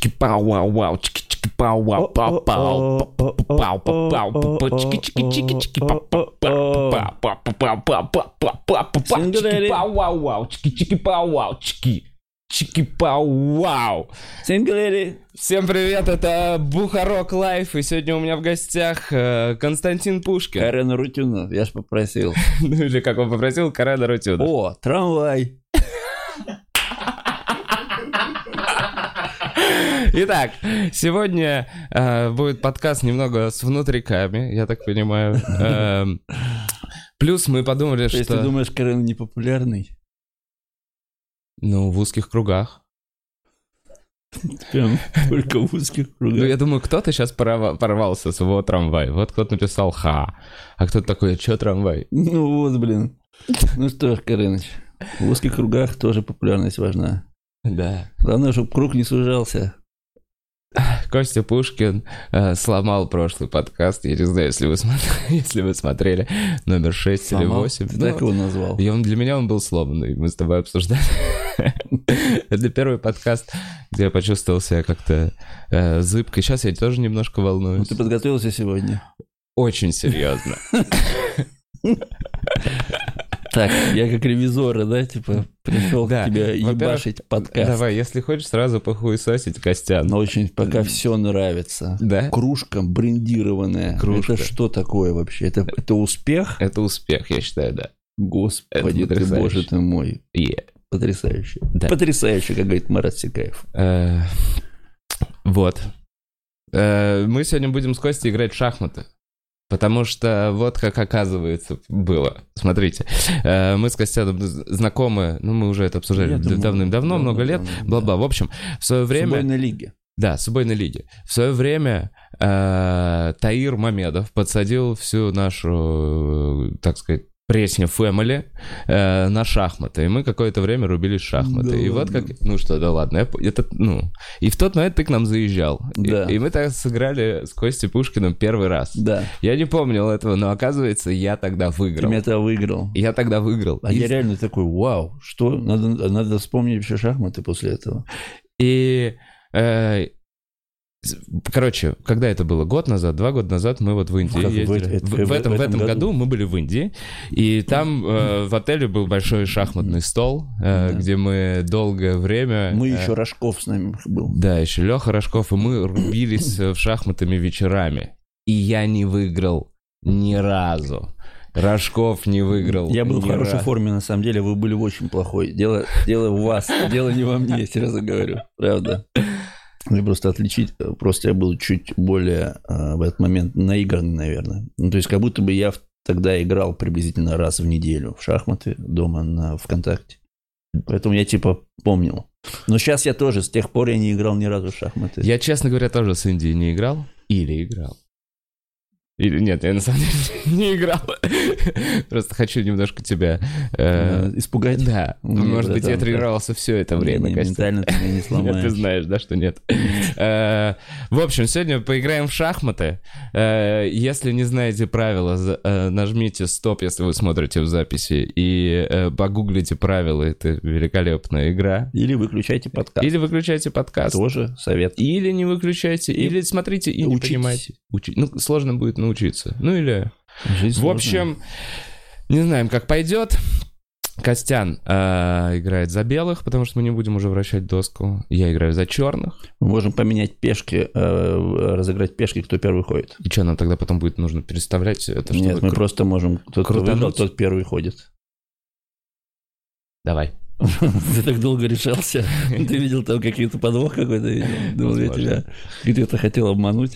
Чики-пау-вау-вау, чики-чики-пау-вау-пау-пау, пау-пау-пау-пау, чики-чики-пау-вау-вау, чики-чики-пау-вау, чики-чики-пау-вау. Синглери. Всем привет, это Бухарок Лайф, и сегодня у меня в гостях Константин Пушкин. Карен Арутюнов, я ж попросил. Ну или как он попросил, Карен Арутюнов. О, трамвай. Итак, сегодня будет подкаст немного с внутриками, я так понимаю. Плюс мы подумали, что... Если ты думаешь, Карен не популярный? Ну, в узких кругах. Прям только в узких кругах. Ну, я думаю, кто-то сейчас порвался с его трамвай. Вот кто-то написал «ха», а кто-то такой «чё трамвай?» Ну вот, блин. Ну что ж, Кареныч, в узких кругах тоже популярность важна. Да. Главное, чтобы круг не сужался. Костя Пушкин сломал прошлый подкаст. Я не знаю, если вы смотрели номер 6 сломал? или 8. Ты так его назвал? И для меня он был сломанный. Мы с тобой обсуждали. Это первый подкаст, где я почувствовал себя как-то зыбко. Сейчас я тоже немножко волнуюсь. Ну, ты подготовился сегодня? Очень серьезно. Так, я как ревизора, да, типа, пришел к тебе ебашить подкаст. Давай, если хочешь, сразу похуесосить Костян. Но очень пока все нравится. Да? Кружка брендированная. Кружка. Это что такое вообще? Это успех? Это успех, я считаю, да. Господи, ты, боже ты мой. Потрясающе. Да. Потрясающе, как говорит Марат Сикаев. Вот. Мы сегодня будем с Костей играть в шахматы. Потому что вот как оказывается было. Смотрите, мы с Костяном знакомы, ну мы уже это обсуждали давным-давно, много лет, бла-бла. В общем, в свое время... В убойной лиге. Да, с убойной лиги. В свое время Таир Мамедов подсадил всю нашу, так сказать, Пресню Фэмили на шахматы. И мы какое-то время рубились в шахматы. Да, и ладно. Вот как... Ну что, да ладно. И в тот момент ты к нам заезжал. Да. И мы так сыграли с Костей Пушкиным первый раз. Да. Я не помнил этого, но оказывается, я тогда выиграл. Ты меня выиграл. Я тогда выиграл. А я реально такой, вау, что? Надо вспомнить вообще шахматы после этого. И... Короче, когда это было? Год назад, 2 года назад мы вот в Индии ездили. В этом году мы были в Индии, и там в отеле был большой шахматный стол, где мы долгое время... Мы еще Рожков с нами был. Да, еще Леха Рожков, и мы рубились в шахматами вечерами. И я не выиграл ни разу. Рожков не выиграл. Я был в хорошей форме, на самом деле, вы были в очень плохой. Дело в вас, дело не во мне, серьезно говорю, правда. Мне просто отличить, просто я был чуть более в этот момент наигранный, наверное. Ну, то есть, как будто бы я тогда играл приблизительно раз в неделю в шахматы дома на ВКонтакте. Поэтому я типа помнил. Но сейчас я тоже, с тех пор я не играл ни разу в шахматы. Я, честно говоря, тоже с Индией не играл. Или играл. Или нет, я на самом деле не играл. Просто хочу немножко тебя... испугать? Да. Может быть, я тренировался все это время. Ментально ты меня не сломаешь. Ты знаешь, да, что нет. В общем, сегодня поиграем в шахматы. Если не знаете правила, нажмите стоп, если вы смотрите в записи, и погуглите правила. Это великолепная игра. Или выключайте подкаст. Тоже совет. Или не выключайте, или смотрите и не понимаете. Ну, сложно будет научиться. Ну или... Жизнь в общем, не знаем, как пойдет. Костян играет за белых, потому что мы не будем уже вращать доску. Я играю за черных. Мы можем поменять пешки, разыграть пешки, кто первый ходит. И что, нам тогда потом будет нужно переставлять это? Нет, мы просто можем... Кто выиграл, тот первый ходит. Давай. Ты так долго решался. Ты видел там какие-то подвох какой-то? Думал, я тебя где-то хотел обмануть.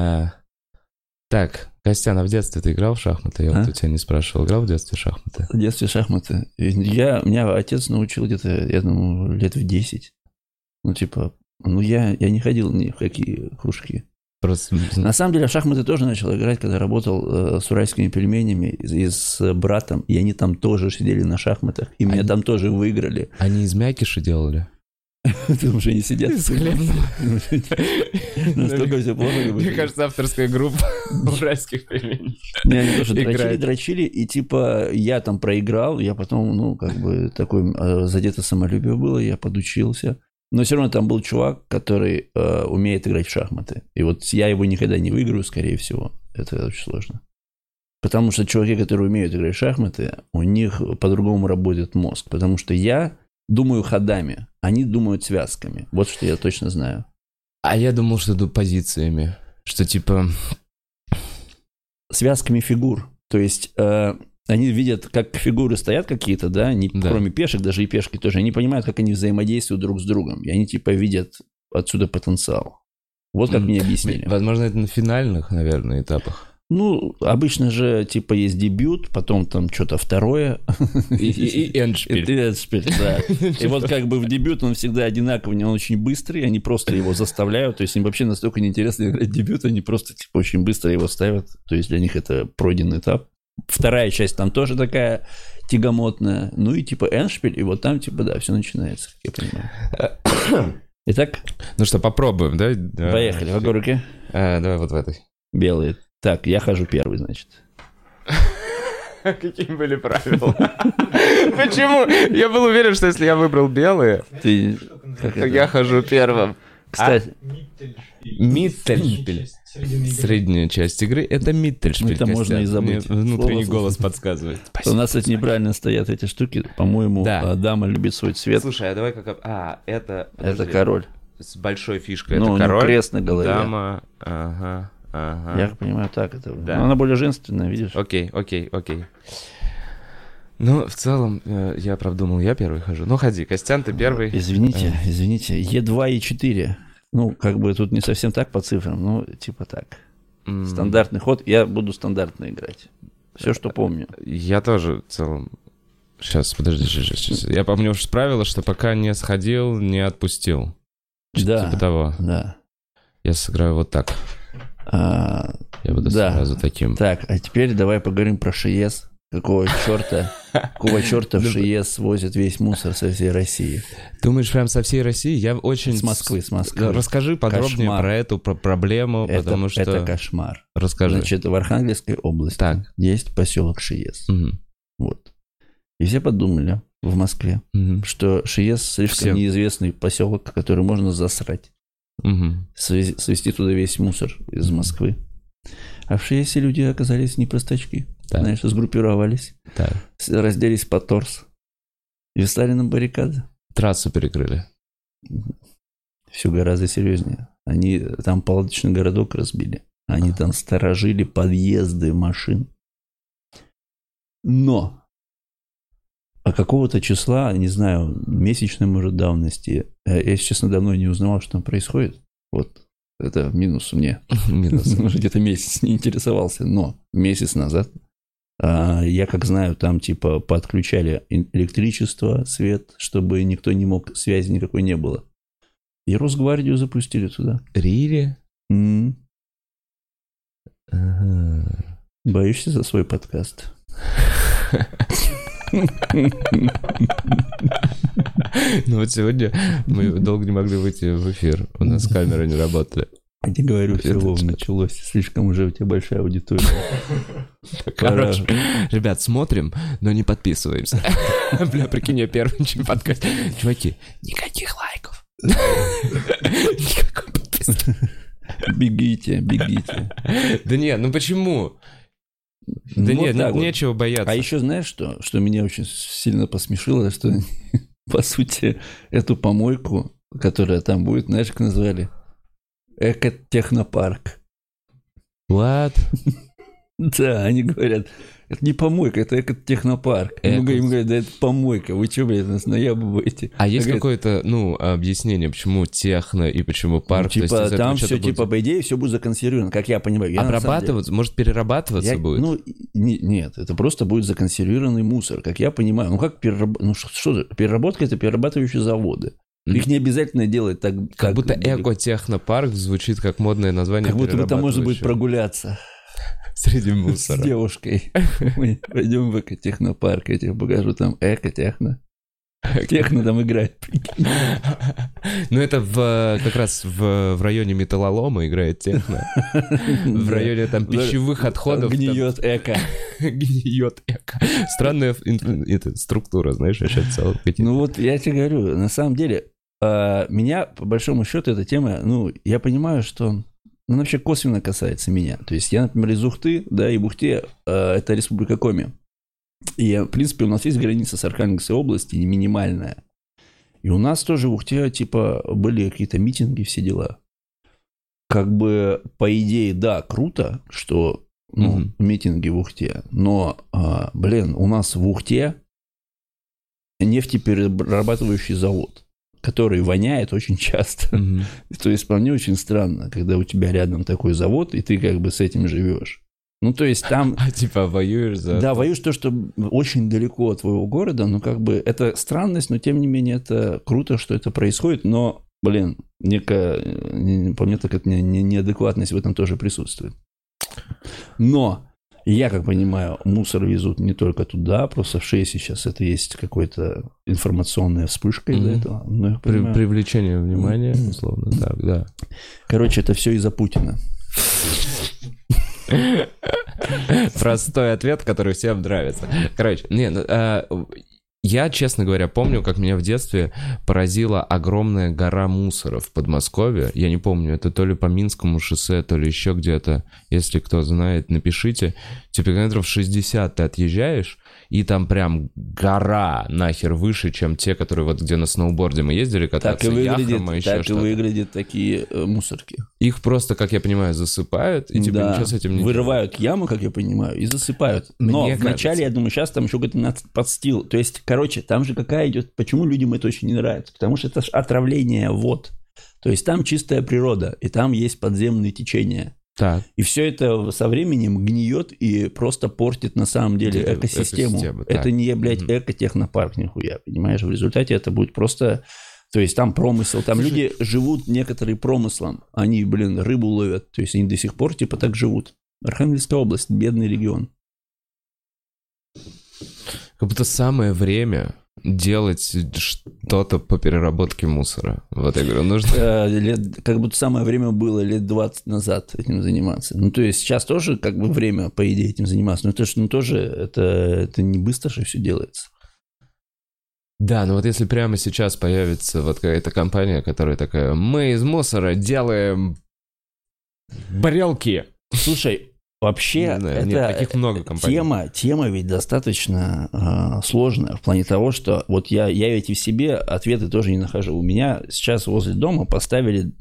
Так, Костян, а в детстве ты играл в шахматы? Я вот у тебя не спрашивал, играл в детстве в шахматы? В детстве шахматы. Меня отец научил где-то, я думаю, лет в 10. Ну, типа, я не ходил ни в какие кружки. Просто... На самом деле, в шахматы тоже начал играть, когда работал с уральскими пельменями и с братом, и они там тоже сидели на шахматах, и меня там тоже выиграли. Они из мякиша делали? Там уже не сидят. Из хлебного. Настолько все плохо. Мне кажется, авторская группа уральских пельменей. Не, они тоже дрочили, и типа я там проиграл, я потом, такое задето самолюбие было, я подучился. Но все равно там был чувак, который умеет играть в шахматы. И вот я его никогда не выиграю, скорее всего. Это очень сложно. Потому что чуваки, которые умеют играть в шахматы, у них по-другому работает мозг. Потому что я думаю ходами, они думают связками. Вот что я точно знаю. А я думал, что позициями. Что типа... Связками фигур. То есть они видят, как фигуры стоят какие-то, да, кроме пешек, даже и пешки тоже. Они понимают, как они взаимодействуют друг с другом. И они типа видят отсюда потенциал. Вот как мне объяснили. Возможно, это на финальных, наверное, этапах. Ну, обычно же, типа, есть дебют, потом там что-то второе. И эндшпиль. И эндшпиль, да. И вот как бы в дебют он всегда одинаковый, он очень быстрый, они просто его заставляют. То есть им вообще настолько неинтересно играть дебют, они просто, типа, очень быстро его ставят. То есть для них это пройденный этап. Вторая часть там тоже такая тягомотная. Ну и типа эндшпиль, и вот там, типа, да, все начинается, как я понимаю. Итак? Ну что, попробуем, да? Поехали. В какой руке? Давай вот в этой. Белые. Так, я хожу первый, значит. Какие были правила? Почему? Я был уверен, что если я выбрал белые, то я хожу первым. Кстати. Миттельшпиль. Средняя часть игры — это миттельшпиль. Это можно и забыть. Внутренний голос подсказывает. У нас эти неправильно стоят эти штуки. По-моему, дама любит свой цвет. Слушай, а давай как... это... Это король. С большой фишкой. Ну, это король. Крест на голове. Дама. Ага. Я понимаю, так это. Да. Но она более женственная, видишь? Окей. Ну, в целом, я правда думал, я первый хожу. Ну, ходи, Костян, ты первый. Извините. Е2, Е4. Ну, как бы тут не совсем так по цифрам, но типа так. Стандартный ход. Я буду стандартно играть. Все, что помню. Я тоже в целом... Сейчас, подожди. Я помню уж правило, что пока не сходил, не отпустил. Да. Типа того. Да. Я сыграю вот так. Я буду сразу таким. Так, а теперь давай поговорим про ШИЕС. Какого черта в ШИЕС возят весь мусор со всей России? Думаешь, прям со всей России? Я очень... С Москвы. Расскажи подробнее про эту проблему, потому что... Это кошмар. Расскажи. Значит, в Архангельской области есть поселок ШИЕС. Вот. И все подумали в Москве, что ШИЕС слишком неизвестный поселок, который можно засрать. Свести туда весь мусор из Москвы. А в ШИЕСе люди оказались не простачки. Да. Знаешь, сгруппировались, разделись по торс и встали на баррикады. Трассу перекрыли. Все гораздо серьезнее. Они там палаточный городок разбили. Они там сторожили подъезды машин. Но какого-то числа, не знаю, месячной, может, давности, я, если честно, давно не узнавал, что там происходит. Вот. Это минус мне. Может, где-то месяц не интересовался. Но месяц назад я, как знаю, там типа подключали электричество, свет, чтобы никто не мог, связи никакой не было. И Росгвардию запустили туда. Рири? Боишься за свой подкаст? Ну вот сегодня мы долго не могли выйти в эфир. У нас камеры не работали. Я тебе говорю, все, Вов, началось. Слишком уже у тебя большая аудитория. Короче, ребят, смотрим, но не подписываемся. Бля, прикинь, я первый подкаст. Чуваки, никаких лайков. Никакой подписки. Бегите. Да нет, ну почему? Да нет, нечего бояться. А еще знаешь что? Что меня очень сильно посмешило, что, по сути, эту помойку, которая там будет, знаешь, как назвали? Эко-технопарк. What? Да, они говорят, это не помойка, это эко-технопарк. Им говорят, да это помойка, вы что, блядь, нас наябываете? А есть какое-то, объяснение, почему техно и почему парк? Ну, типа, там все, типа, по идее, все будет законсервировано, как я понимаю. Обрабатываться, может, перерабатываться будет? Ну, нет, это просто будет законсервированный мусор, как я понимаю. Ну, как переработка – это перерабатывающие заводы. Их не обязательно делать так... Как будто эко-технопарк звучит как модное название. Как будто бы там можно будет прогуляться. Среди мусора. С девушкой. Мы пойдем в эко-технопарк, я тебе покажу, там эко-техно. Техно там играет. Ну, это как раз в районе металлолома играет техно. В районе там пищевых отходов. Гниет эко. Гниет эко. Странная структура, знаешь, вообще целом. Ну вот я тебе говорю, на самом деле, меня, по большому счету, эта тема, ну, я понимаю, что она вообще косвенно касается меня. То есть я, например, из Ухты, да, и в Ухте это республика Коми. И, в принципе, у нас есть граница с Архангельской областью, минимальная. И у нас тоже в Ухте, типа, были какие-то митинги, все дела. Как бы, по идее, да, круто, что, ну, митинги в Ухте. Но, у нас в Ухте нефтеперерабатывающий завод, который воняет очень часто. То есть, по мне, очень странно, когда у тебя рядом такой завод, и ты как бы с этим живешь. Ну, то есть там... Типа воюешь за... Да, воюешь то, что очень далеко от твоего города, но как бы это странность, но тем не менее это круто, что это происходит, но, некая, по мне так это неадекватность в этом тоже присутствует. Но, я как понимаю, мусор везут не только туда, просто в ШЕСе сейчас это есть какая-то информационная вспышка из-за этого. Но Привлечение внимания, условно, так, да. Короче, это все из-за Путина. Простой ответ, который всем нравится. Короче, я, честно говоря, помню, как меня в детстве поразила огромная гора мусора в Подмосковье. Я не помню, это то ли по Минскому шоссе, то ли еще где-то. Если кто знает, напишите. Типа километров 60 ты отъезжаешь, и там прям гора нахер выше, чем те, которые вот где на сноуборде мы ездили кататься. Так и выглядят такие мусорки. Их просто, как я понимаю, засыпают, и типа ничего с этим не вырывают яму, как я понимаю, и засыпают. Но вначале, я думаю, сейчас там еще какой-то подстил. То есть, короче, там же какая идет... Почему людям это очень не нравится? Потому что это же отравление вод. То есть там чистая природа, и там есть подземные течения. Так. И все это со временем гниет и просто портит на самом деле экосистему. Это не, экотехнопарк, нихуя, понимаешь? В результате это будет просто... То есть там промысел, там люди живут некоторые промыслом. Они, рыбу ловят. То есть они до сих пор типа так живут. Архангельская область, бедный регион. Как будто самое время делать что-то по переработке мусора. Вот я говорю, нужно... Как будто самое время было лет 20 назад этим заниматься. Ну, то есть сейчас тоже как бы время, по идее, этим заниматься. Но это тоже это не быстро же все делается. Да, но вот если прямо сейчас появится вот какая-то компания, которая такая: мы из мусора делаем барелки. Слушай, вообще, таких много компаний. Тема ведь достаточно сложная в плане того, что вот я ведь и в себе ответы тоже не нахожу. У меня сейчас возле дома поставили,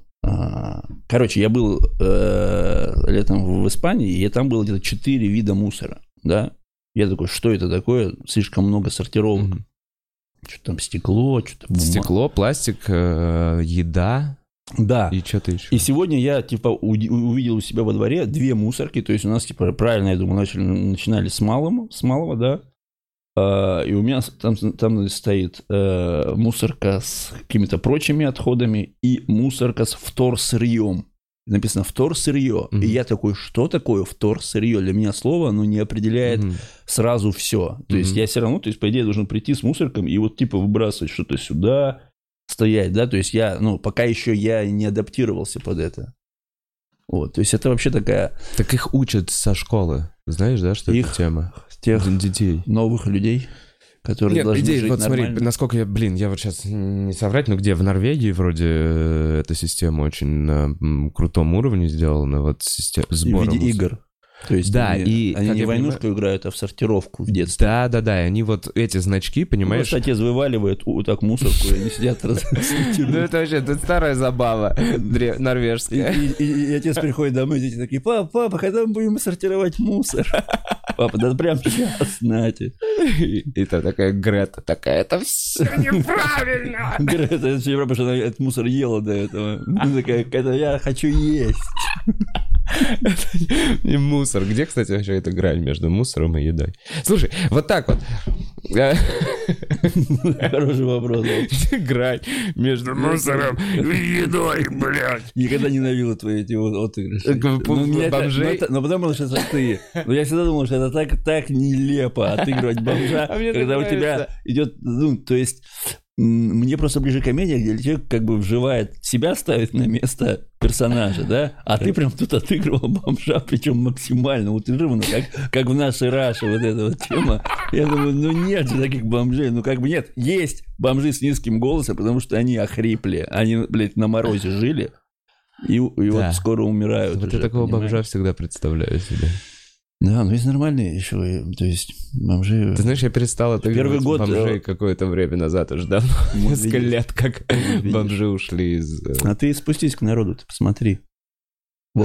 я был летом в Испании, и там было где-то 4 вида мусора, да. Я такой, что это такое? Слишком много сортировок. Что-то там что-то бумага. Стекло, пластик, еда. Да. И что-то еще. И сегодня я, увидел у себя во дворе 2 мусорки. То есть у нас, правильно, я думаю, начинали с малого, да. И у меня там стоит мусорка с какими-то прочими отходами и мусорка с вторсырьем. Написано вторсырье. И я такой, что такое вторсырье? Для меня слово, оно не определяет сразу все. То есть я все равно, по идее, должен прийти с мусорком и вот выбрасывать что-то сюда, стоять, да, то есть я, пока еще я не адаптировался под это. Вот, то есть это вообще такая... Так их учат со школы, знаешь, да, что это тема? Тех детей. Новых людей, которые должны жить вот нормально. Смотри, насколько я вот сейчас не соврать, но где в Норвегии вроде эта система очень на крутом уровне сделана, вот система сбора. В виде игр. То есть да, они не войнушку играют, а в сортировку в детстве. Да, и они вот эти значки, понимаешь... Просто отец вываливает так мусорку, и они сидят Ну это вообще, это старая забава норвежская. И отец приходит домой, и дети такие: папа, когда мы будем сортировать мусор? Папа, да прям сейчас, нате. И там такая Грета такая: это все неправильно. Грета, это все неправильно, потому что она этот мусор ела до этого. Она такая: это я хочу есть. Это не мусор. Где, кстати, вообще эта грань между мусором и едой? Слушай, вот так вот. Хороший вопрос. Грань между мусором и едой, блядь. Никогда не ненавидел твои эти отыгрыши. Бомжей? Но потому что это ты. Но я всегда думал, что это так нелепо отыгрывать бомжа, когда у тебя идет, то есть... Мне просто ближе комедия, где человек как бы вживает себя, ставит на место персонажа, да? А ты прям тут отыгрывал бомжа, причем максимально утрированно, как в нашей Раше вот эта вот тема. Я думаю, ну нет же таких бомжей, ну как бы нет. Есть бомжи с низким голосом, потому что они охрипли, они, блядь, на морозе жили и вот скоро умирают. Вот уже, я такого понимаешь? бомжа всегда представляю себе. Да, ну есть нормальные еще, то есть бомжи... Ты знаешь, я перестал отыгрывать бомжей какое-то время назад, уже давно, несколько лет, как бомжи ушли из... А ты спустись к народу, ты посмотри. Вова.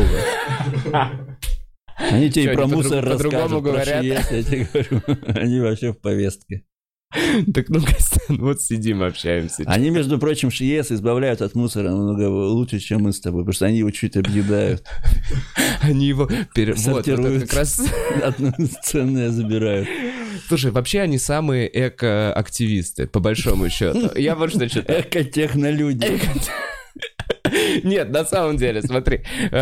Они тебе и про мусор расскажут, про ШИЭС, я тебе говорю. Они вообще в повестке. Так, ну, Костян, вот сидим, общаемся. Они, между прочим, ШИЭС избавляют от мусора намного лучше, чем мы с тобой, потому что они его чуть объедают. Они его сортируют, как раз... ценное забирают. Слушай, вообще они самые эко-активисты, по большому счету. Я вот что считаю. Эко-технолюди. Нет, на самом деле, смотри,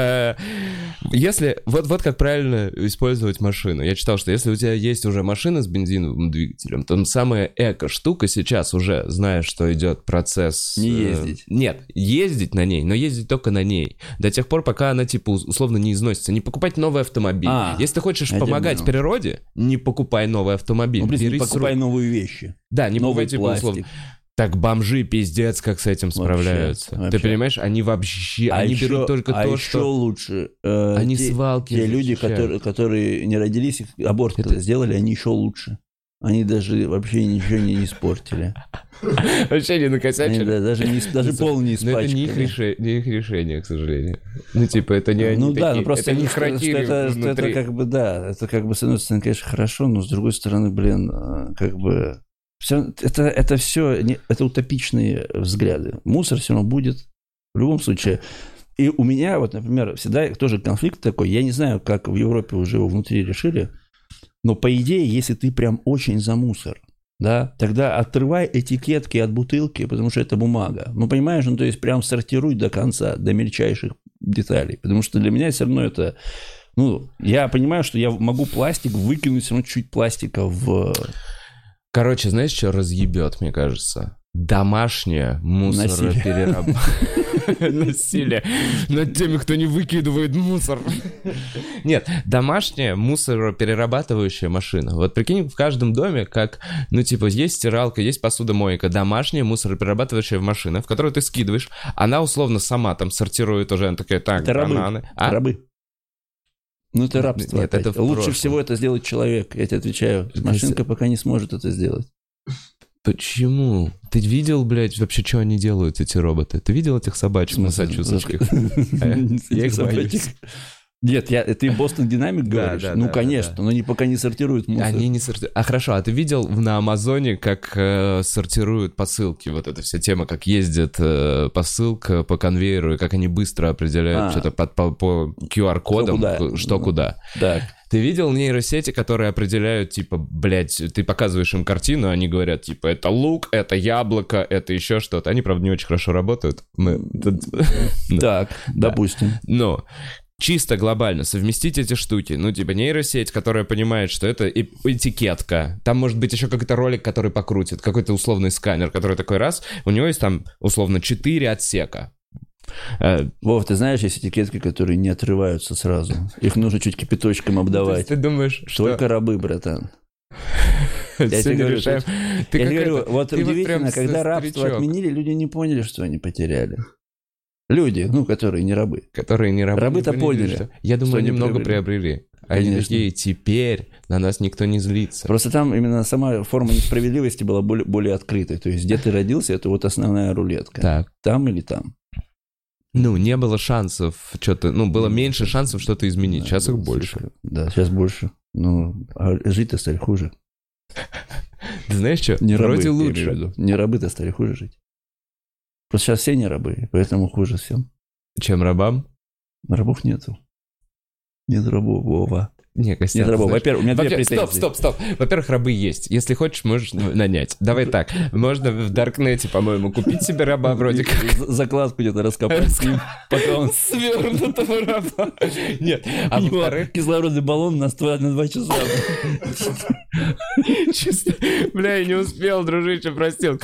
если, вот как правильно использовать машину. Я читал, что если у тебя есть уже машина с бензиновым двигателем, то самая эко-штука сейчас уже, зная, что идет процесс... Не ездить. Нет, ездить на ней, но ездить только на ней. До тех пор, пока она, типа, условно не износится. Не покупать новый автомобиль. Если ты хочешь помогать природе, не покупай новый автомобиль. Ну, не покупай новые вещи. Да, не покупай, типа, пластик. условно. Так бомжи пиздец как с этим справляются. Вообще. Ты понимаешь, они вообще... они берут только то, еще что... лучше. Они свалки те люди, защищают. которые не родились, аборт когда сделали, они еще лучше. Они даже вообще ничего не испортили. Вообще не накосячили. Они даже пол не испачкали. Но это не их решение, к сожалению. Ну, типа, это не они ну, такие. да, ну просто это не хракири это как бы, да, это как бы, с одной стороны, конечно, хорошо, но с другой стороны, блин, как бы... Это все, это утопичные взгляды. Мусор все равно будет в любом случае. И у меня, вот, например, всегда тоже конфликт такой. Я не знаю, как в Европе уже его внутри решили, но по идее, если ты прям очень за мусор, да, тогда отрывай этикетки от бутылки, потому что это бумага. Ну, понимаешь, ну, то есть прям сортируй до конца, до мельчайших деталей. Потому что для меня все равно это... Ну, я понимаю, что я могу пластик выкинуть, все равно чуть пластика в... Короче, знаешь, что разъебет, мне кажется? Домашнее мусороперерабатывание. Насилие над теми, кто не выкидывает мусор. Нет, домашняя мусороперерабатывающая машина. Вот прикинь, в каждом доме, как, ну, типа, есть стиралка, есть посудомойка, домашняя мусороперерабатывающая машина, в которую ты скидываешь, она условно сама там сортирует уже, она такая, так, бананы. Рабы. Ну, это рабство. Нет, это лучше всего это сделает человек, я тебе отвечаю. Машинка пока не сможет это сделать. Почему? Ты видел, блядь, вообще, что они делают, эти роботы? Ты видел этих собачек массачусетских? Я их боюсь. Нет, ты Бостон Динамик говоришь? Ну, конечно, но они пока не сортируют мусор. Они не сортируют. А хорошо, а ты видел на Амазоне, как сортируют посылки? Вот эта вся тема, как ездит посылка по конвейеру, и как они быстро определяют что-то по QR-кодам, что куда. Так. Ты видел нейросети, которые определяют, типа, блядь, ты показываешь им картину, они говорят, типа, это лук, это яблоко, это еще что-то. Они, правда, не очень хорошо работают. Так, допустим. Но... Чисто глобально совместить эти штуки. Ну, типа нейросеть, которая понимает, что это этикетка. Там может быть еще какой-то ролик, который покрутит. Какой-то условный сканер, который такой раз. У него есть там, условно, 4 отсека. Вов, ты знаешь, есть этикетки, которые не отрываются сразу. Их нужно чуть кипяточком обдавать. Ты думаешь, что... Только рабы, братан. Я тебе говорю, вот удивительно, когда рабство отменили, люди не поняли, что они потеряли. Люди, ну, которые не рабы. Которые не рабы. Рабы-то поняли. Я думаю, они много приобрели. Они такие, теперь на нас никто не злится. Просто там именно сама форма несправедливости была более открытой. То есть, где ты родился, это вот основная рулетка. Так. Там или там. Ну, не было шансов что-то... Ну, было меньше шансов что-то изменить. Да, сейчас их больше. Да, сейчас больше. Ну, а жить-то стали хуже. Ты знаешь что? Вроде лучше. Не рабы-то стали хуже жить. Просто сейчас все не рабы, поэтому хуже всем. Чем рабам? Рабов нету. Нет рабов, Вова. Не, Костян, Нет рабов. знаешь- Во-первых, у меня две претензии. Стоп. Во-первых, рабы есть. Если хочешь, можешь нанять. Давай так. Можно в Даркнете, по-моему, купить себе раба вроде как. Закладку где-то раскопать с ним, пока он Свернутого раба. Нет. А у него во-вторых, кислородный баллон на 2 часа. чисто... Бля, я не успел, дружище, простил.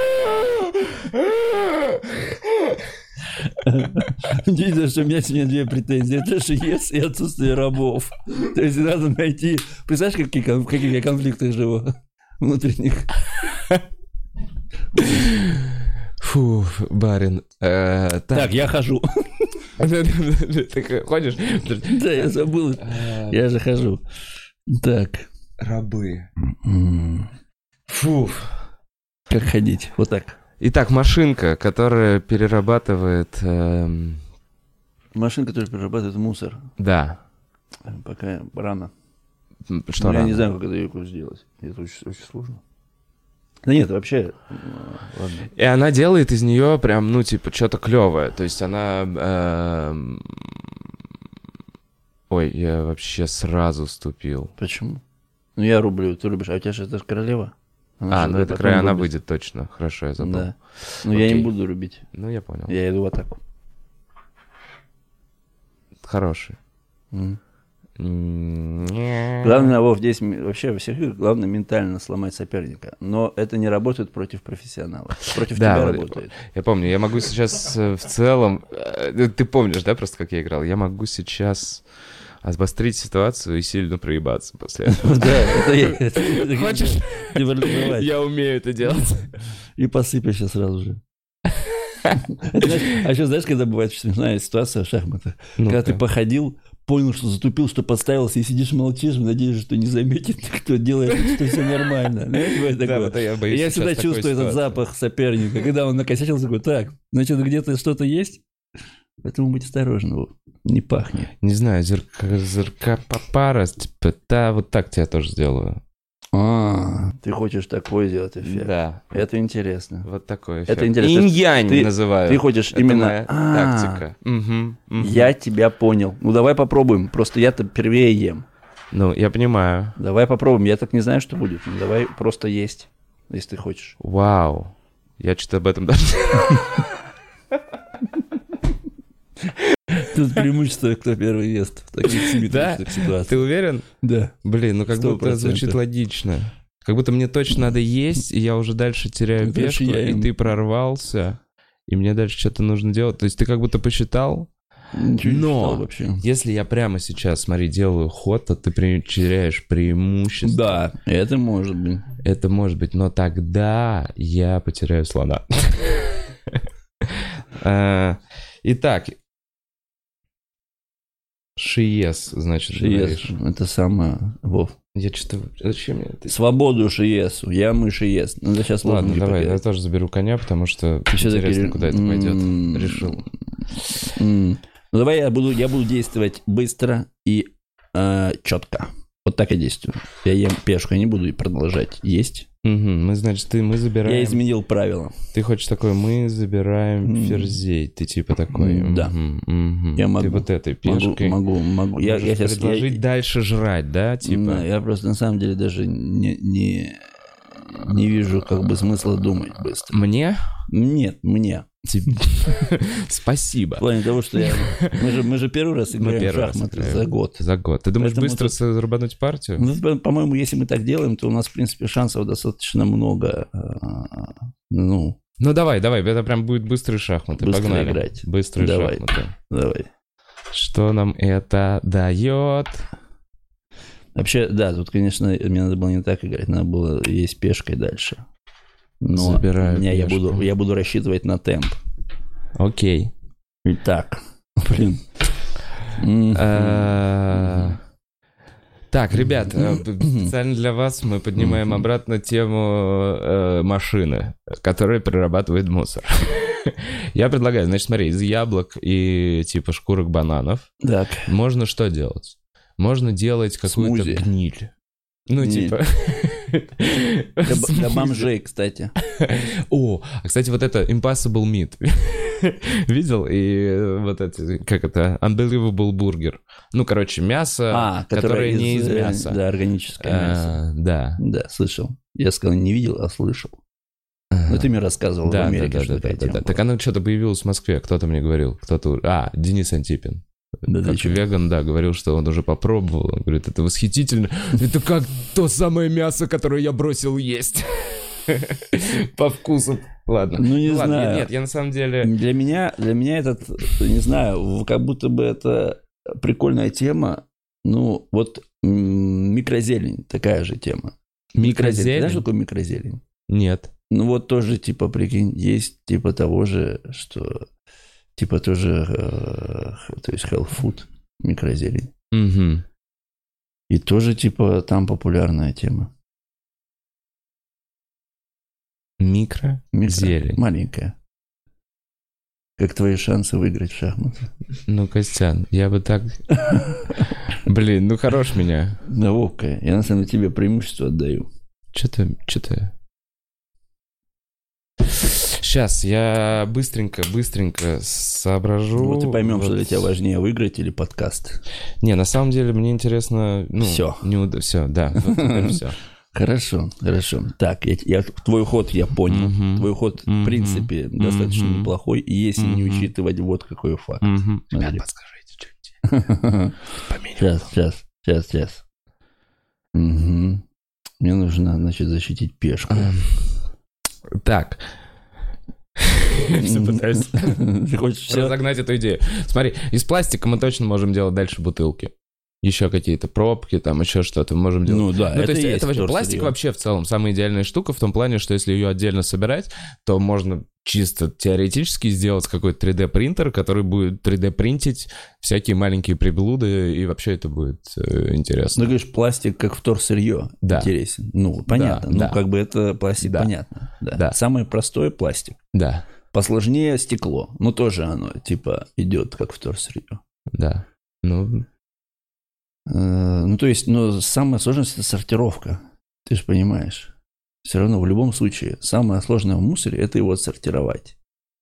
Удивительно, что у меня сегодня две претензии. Это ШИЕС и отсутствие рабов. То есть надо найти... Представляешь, в каких я конфликтах живу внутренних? Фу, барин. Так, я хожу. Ты ходишь? Да, я забыл. Я же хожу. Так. Рабы. М, Фу. Как ходить? Вот так. Итак, машинка, которая перерабатывает... Машина, которая перерабатывает мусор. Да. Пока рано. Что Я рано? не знаю, как это сделать. Это очень сложно. Да нет, вообще... Ладно. И она делает из нее прям, ну, типа, что-то клевое. То есть она... Ой, я вообще сразу ступил. Почему? Ну, я рублю, ты рубишь. А у тебя же это же королева. Она же Ну это потом край, она рубит. выйдет точно. Хорошо, я забыл. Да. Но я Окей. не буду рубить. Ну, я понял. Я иду в атаку. Хороший. Мгм. Главное... Главное, Вов, здесь вообще во всех играх главное ментально сломать соперника. Но это не работает против профессионалов. Против Да, тебя вот работает. Я помню, я могу сейчас в целом... Ты помнишь, да, просто как я играл? Я могу сейчас обострить ситуацию и сильно проебаться после этого. Да, это Хочешь? деморализовать. Я умею это делать. И посыпешься сразу же. Это знаешь, а еще знаешь, когда бывает смешная ситуация в шахматах? Когда ты походил, понял, что затупил, что подставился, и сидишь молчишь, надеешься, что не заметит, кто делает, что все нормально. Знаешь, бывает Да, такое? вот я боюсь Я сейчас всегда такой чувствую этот ситуации. запах соперника. Когда он накосячил, такой, так, значит, где-то что-то есть? Поэтому будь осторожен, Вов, не пахни. Не знаю, зерка папара, типа, да, вот так тебя тоже сделаю. Ты хочешь такой сделать эффект? Да. Это интересно. Вот такой эффект. Это интересно. Инь-янь Ты- называю. Ты хочешь Это именно... моя тактика. Мгм. Я тебя понял. Ну, давай попробуем. Просто я-то первее ем. Ну, я понимаю. Давай попробуем. Я так не знаю, что будет. Ну, давай просто есть, если ты хочешь. Вау. Я что-то об этом даже... Тут преимущество, кто первый ест в таких симметричных Ты ситуациях. уверен? Да. Блин, ну как будто 100%. звучит логично. Как будто мне точно надо есть, и я уже дальше теряю Дальше пешку, я и им. ты прорвался, и мне дальше что-то нужно делать. То есть ты как будто посчитал, Ничего не Но- читал вообще. если я прямо сейчас, смотри, делаю ход, то ты теряешь преимущество. Да, это может быть. Это может быть, но тогда я потеряю слона. Итак, ШИЕС, значит, ШИЕС. говоришь. Это самое... Вов. Я что-то... Зачем мне это? Свободу ШИЕСу. Я мы ШИЕС. Надо сейчас Ладно, лозунги давай, я покидать. тоже заберу коня, потому что Всё-таки- интересно, куда это пойдет. Решил. Ну, давай я буду действовать быстро и четко. Вот так я действую. Я ем пешку, я не буду продолжать есть. Мы, значит, мы забираем... Я изменил правила. Ты хочешь такой, мы забираем М. ферзей. Ты типа такой... Да. Я Ты могу. вот этой пешкой Могу. Я можешь сейчас... предложить дальше жрать, да? Типа... Да, я просто на самом деле даже не вижу как бы смысла думать быстро. Мне? Нет, мне. Тебе. В Спасибо. плане того, что мы же первый раз играем в первый раз шахматы играем. за год. За год. Ты думаешь, Поэтому быстро тут- зарабатывать партию? Ну, по-моему, если мы так делаем, то у нас, в принципе, шансов достаточно много. Ну, Ну давай, это прям будет быстрые шахматы. Быстро Погнали. играть. Быстрые Давай. шахматы. давай. Что нам это дает? Вообще, да, тут, конечно, мне надо было не так играть, надо было есть пешкой дальше. Но Забираю у меня пешку. я буду рассчитывать на темп. Окей. Итак, блин. Так, ребят, специально для вас мы поднимаем обратно тему машины, которая перерабатывает мусор. Я предлагаю, значит, смотри, из яблок и типа шкурок бананов Так, можно что делать? Можно делать какую-то Смузи. гниль. Ну, Не. типа... Для бомжей, кстати. О, кстати, вот это Impossible Meat. Видел? И вот это, как это, Unbelievable Burger. Ну, короче, мясо, которое не из мяса. Да, органическое мясо. Да. Да, слышал. Я сказал, не видел, а слышал. Ну, ты мне рассказывал в Америке, что такая тема. Так оно что-то появилось в Москве, кто-то мне говорил. Денис Антипин. Как веган, да, говорил, что он уже попробовал. Он говорит, это восхитительно. Это как то самое мясо, которое я бросил есть. По вкусу. Ладно. Ну, не знаю. Нет, я на самом деле... Для меня этот, не знаю, как будто бы это прикольная тема. Ну, вот микрозелень, такая же тема. Микрозелень? Знаешь, что такое микрозелень? Нет. Ну, вот тоже, типа, прикинь, есть типа того же, что... Типа тоже, то есть health food, микрозелень. Угу. И тоже, типа, там популярная тема. Микрозелень. Маленькая. Как твои шансы выиграть в шахматы? Ну, Костян, я бы так... Блин, ну хорош меня. Да, Вовка, я на самом деле тебе преимущество отдаю. Что-то... Сейчас, я быстренько соображу. Вот и поймем, вот. что для тебя важнее, выиграть или подкаст. Не, на самом деле мне интересно... Ну, Всё. Все, да, вот теперь все. Хорошо. Так, твой ход я понял. Твой ход, в принципе, достаточно неплохой, и если не учитывать вот какой факт. Ребят, подскажите что-нибудь. Сейчас. Мне нужно, значит, защитить пешку. Так. Все пытаюсь Ты хочешь все? разогнать эту идею. Смотри, из пластика мы точно можем делать дальше бутылки. Еще какие-то пробки, там еще что-то можем делать. Ну да, то есть это вообще пластик вообще в целом самая идеальная штука в том плане, что если ее отдельно собирать, то можно чисто теоретически сделать какой-то 3D-принтер, который будет 3D-принтить всякие маленькие приблуды, и вообще это будет интересно. Ну, говоришь, пластик как вторсырье интересен. Ну, понятно. Да. Ну, как бы это пластик, понятно. Да. Самое простое пластик. Да. Посложнее стекло. Ну, тоже оно, типа, идет как вторсырье. Да. Ну, то есть, самая сложность – это сортировка. Ты же понимаешь. Все равно, в любом случае, самое сложное в мусоре – это его отсортировать.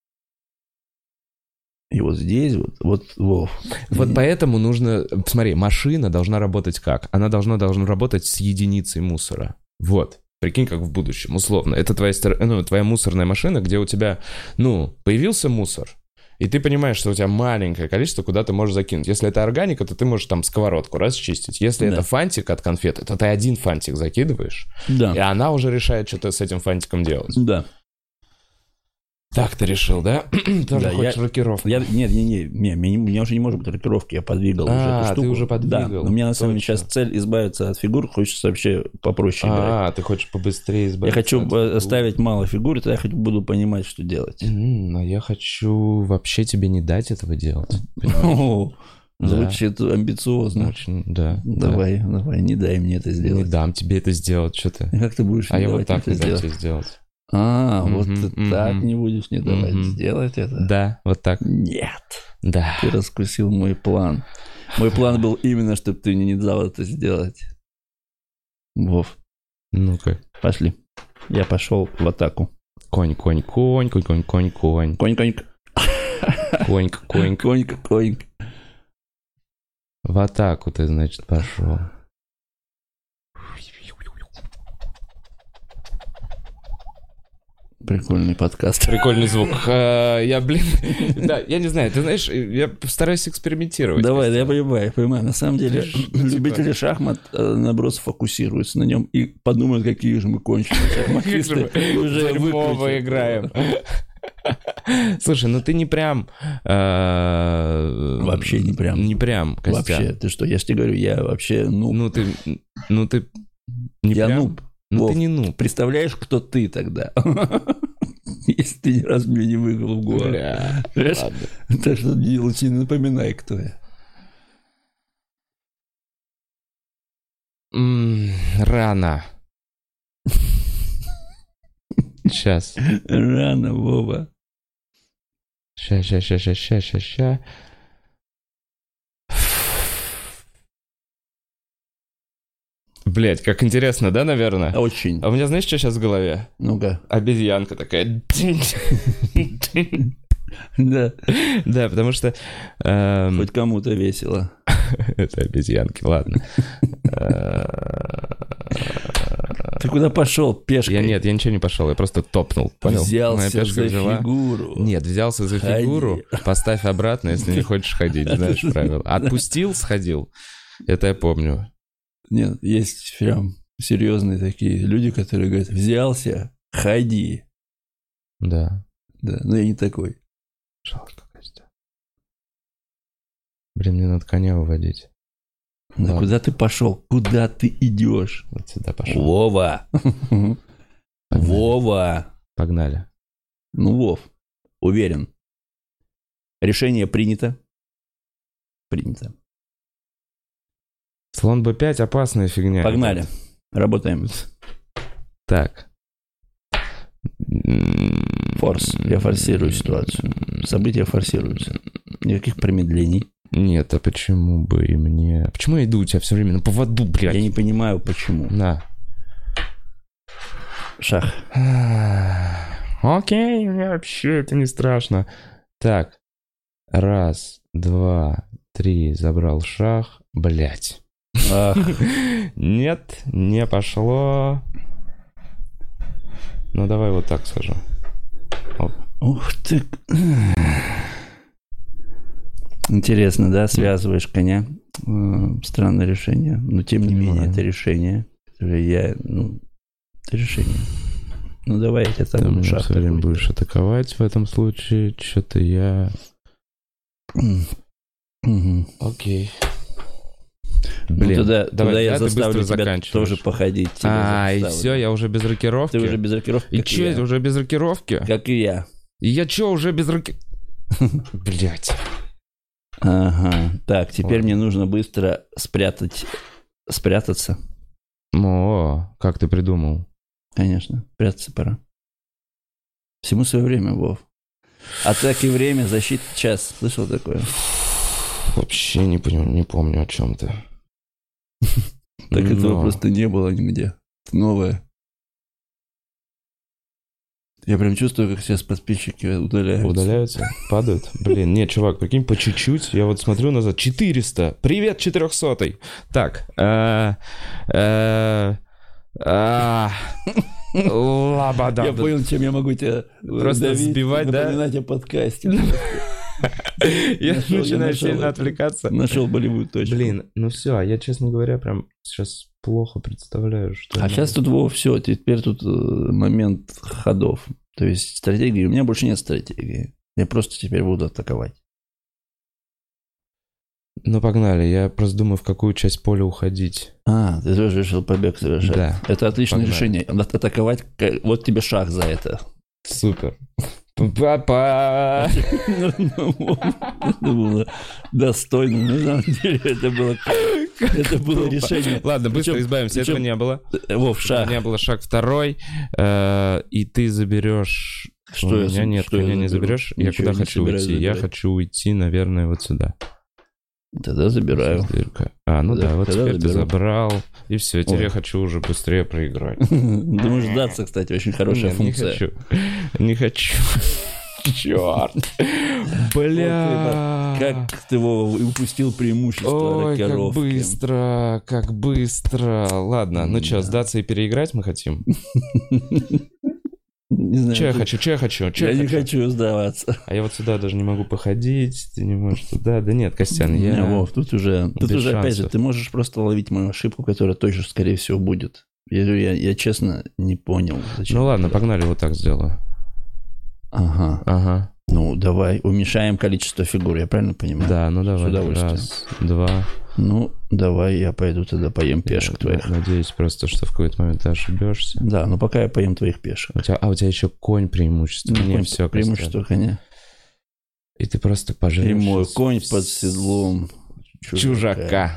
И вот здесь Вов. Вот поэтому нужно... Смотри, машина должна работать как? Она должна работать с единицей мусора. Вот. Прикинь, как в будущем, условно. Это твоя мусорная машина, где у тебя, появился мусор, и ты понимаешь, что у тебя маленькое количество, куда ты можешь закинуть. Если это органика, то ты можешь там сковородку расчистить. Если это фантик от конфеты, то ты один фантик закидываешь, и она уже решает, что ты с этим фантиком делать. Да. Так ты решил, да? Тоже хочешь рокировку? Нет, меня уже не может быть рокировки, я подвигал уже эту штуку. Ты уже подвигал. Да, но у меня на самом деле сейчас цель избавиться от фигур, хочется вообще попроще играть. Ты хочешь побыстрее избавиться Я хочу оставить мало фигур, и тогда я буду понимать, что делать. Но я хочу вообще тебе не дать этого делать. Звучит амбициозно. Очень, да. Давай, не дай мне это сделать. Не дам тебе это сделать, что ты? Как ты будешь я вот так не дам тебе сделать. Вот ты так не будешь не давать сделать это? Да, вот так. Нет. Да. Ты раскусил мой план. Мой план был именно, чтобы ты мне не дал это сделать. Вов. Ну-ка. Пошли. Я пошел в атаку. Конь. Коньк. Коньк. В атаку ты, значит, пошел. Прикольный подкаст. Прикольный звук. Да, я не знаю, ты знаешь, я стараюсь экспериментировать. Давай, я понимаю. На самом деле, любители шахмат, наоборот, сфокусируются на нем и подумают, какие же мы конченые шахматисты. Уже играем. Слушай, ты не прям... Вообще не прям. Не прям, Костя. Вообще, ты что, я же тебе говорю, я вообще нуб. Ты не я прям... нуб. Ты не нуб. Представляешь, кто ты тогда? Если ты ни разу меня не выиграл в Гуа. Ладно. Так что лучше не напоминай, кто я. Рано. Сейчас. Рано, Вова. Ща. Блять, как интересно, да, наверное? Очень. А у меня, знаешь, что сейчас в голове? Ну-ка. Обезьянка такая. Да. Да, потому что... Хоть кому-то весело. Это обезьянки, ладно. Ты куда пошел? Пешкой? Я ничего не пошел, я просто топнул, понял? Взялся за фигуру. Нет, взялся за фигуру, поставь обратно, если не хочешь ходить, знаешь правила. Отпустил, сходил. Это я помню. Нет, есть прям серьезные такие люди, которые говорят, взялся, ходи. Да. Да, но я не такой. Жалко, Костя. Блин, мне надо коня выводить. Да куда ты пошел? Куда ты идешь? Вот сюда пошел. Вова. Вова. Погнали. Ну, Вов, уверен. Решение принято. Принято. Слон b5 опасная фигня. Погнали. Работаем. Так. Форс. Я форсирую ситуацию. События форсируются. Никаких промедлений. Нет, а почему бы и мне... Почему я иду у тебя все время на поводу, блядь? Я не понимаю, почему. На. Шах. Окей, мне вообще это не страшно. Так. 1, 2, 3. Забрал шах. Блядь. Ах. Нет, не пошло. Ну, давай вот так скажу. Оп. Ух ты. Интересно, да? Связываешь коня. Странное решение. Но, тем не менее, это решение. Это решение. Ну, давай я тебя Ты там меня шаг все время такой. будешь атаковать в этом случае. Что-то я... Окей. Ну, тогда я ты заставлю быстро тебя заканчиваешь. тоже походить. И все, я уже без рокировки? Ты уже без рокировки, И как че, я. это уже без рокировки? Как и я. И я че, уже без рокировки? Блять. Ага. Так, теперь Ладно. мне нужно быстро спрятаться. О, как ты придумал? Конечно, прятаться пора. Всему свое время, Вов. Атаки время, защита час. Слышал такое? Вообще не помню, о чем ты. Так этого просто не было нигде. Это новое. Я прям чувствую, как сейчас подписчики удаляются. Удаляются? Падают? Блин, нет, чувак, прикинь, по чуть-чуть. Я вот смотрю назад. 400. Привет, 400-й. Так. Лабада. Я понял, чем я могу тебя Просто давить, сбивать, да? напоминать о подкасте. Я начинаю нашел сильно это. отвлекаться. Нашел болевую точку. Блин, ну все, а я, честно говоря, прям сейчас плохо представляю, что... А сейчас тут, Вов, все, теперь тут момент ходов. То есть стратегии, у меня больше нет стратегии. Я просто теперь буду атаковать. Ну, погнали, я просто думаю, в какую часть поля уходить. Ты тоже решил побег совершать. Да. Это отличное Погнали. решение. Атаковать, вот тебе шаг за это. Супер. Папа! Это было достойно. На самом деле, это было решение. Ладно, быстро Причем- избавимся, этого не было. Вов, У шаг. меня был шаг 2, и ты заберешь... Что У я меня нет, что я коня не заберу? заберешь. Я Ничего куда не хочу собираюсь уйти? Я забирать. хочу уйти, наверное, вот сюда. Тогда забираю. Дырка. Ну да, вот тогда теперь ты заберу. забрал. И все, теперь Ой. я хочу уже быстрее проиграть. Думаешь, сдаться, кстати, очень хорошая Нет, функция. Не хочу. Черт. Бля. Как ты, Вова, упустил преимущество Ой, как рокировки. быстро. Ладно, ну что, Да. сдаться и переиграть мы хотим? Не знаю. Че я хочу? Я не хочу сдаваться. А я вот сюда даже не могу походить, ты не можешь туда. Да нет, Костян, Не, я... Вов, тут уже без опять же, шансов. ты можешь просто ловить мою ошибку, которая тоже, скорее всего, будет. Я честно не понял, зачем. Ну ладно, туда. погнали, вот так сделаю. Ага. Ну, давай, уменьшаем количество фигур, я правильно понимаю? Да, ну давай. удовольствием. 1, 2. Ну, давай я пойду тогда поем пешек твоих. Надеюсь просто, что в какой-то момент ты ошибешься. Да, но пока я поем твоих пешек. У тебя еще конь преимущество. Ну, Не, конь- все, преимущество коня. И ты просто пожалеешь. И мой конь под седлом Чужака.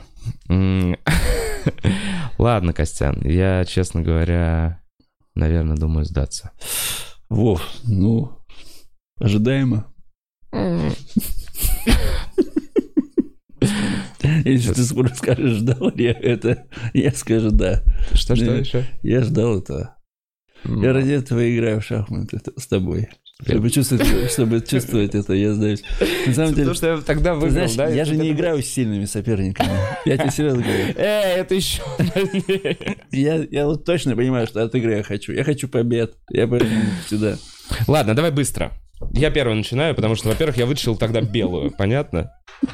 Ладно, Костян, я, честно говоря, наверное, думаю сдаться. Вов, ну, ожидаемо. Если ты скажешь, ждал ли я это, я скажу да. Что еще? Я ждал это. Я ради этого играю в шахматы с тобой. Чтобы чувствовать это, я сдаюсь. На самом деле, потому что я тогда выиграл, знаешь, да? я же не играю с сильными соперниками. Я тебе серьезно говорю. Это еще Я вот точно понимаю, что от игры я хочу. Я хочу побед. Я поэтому сюда. Ладно, давай быстро. Я первый начинаю, потому что, во-первых, я вытащил тогда белую. Понятно?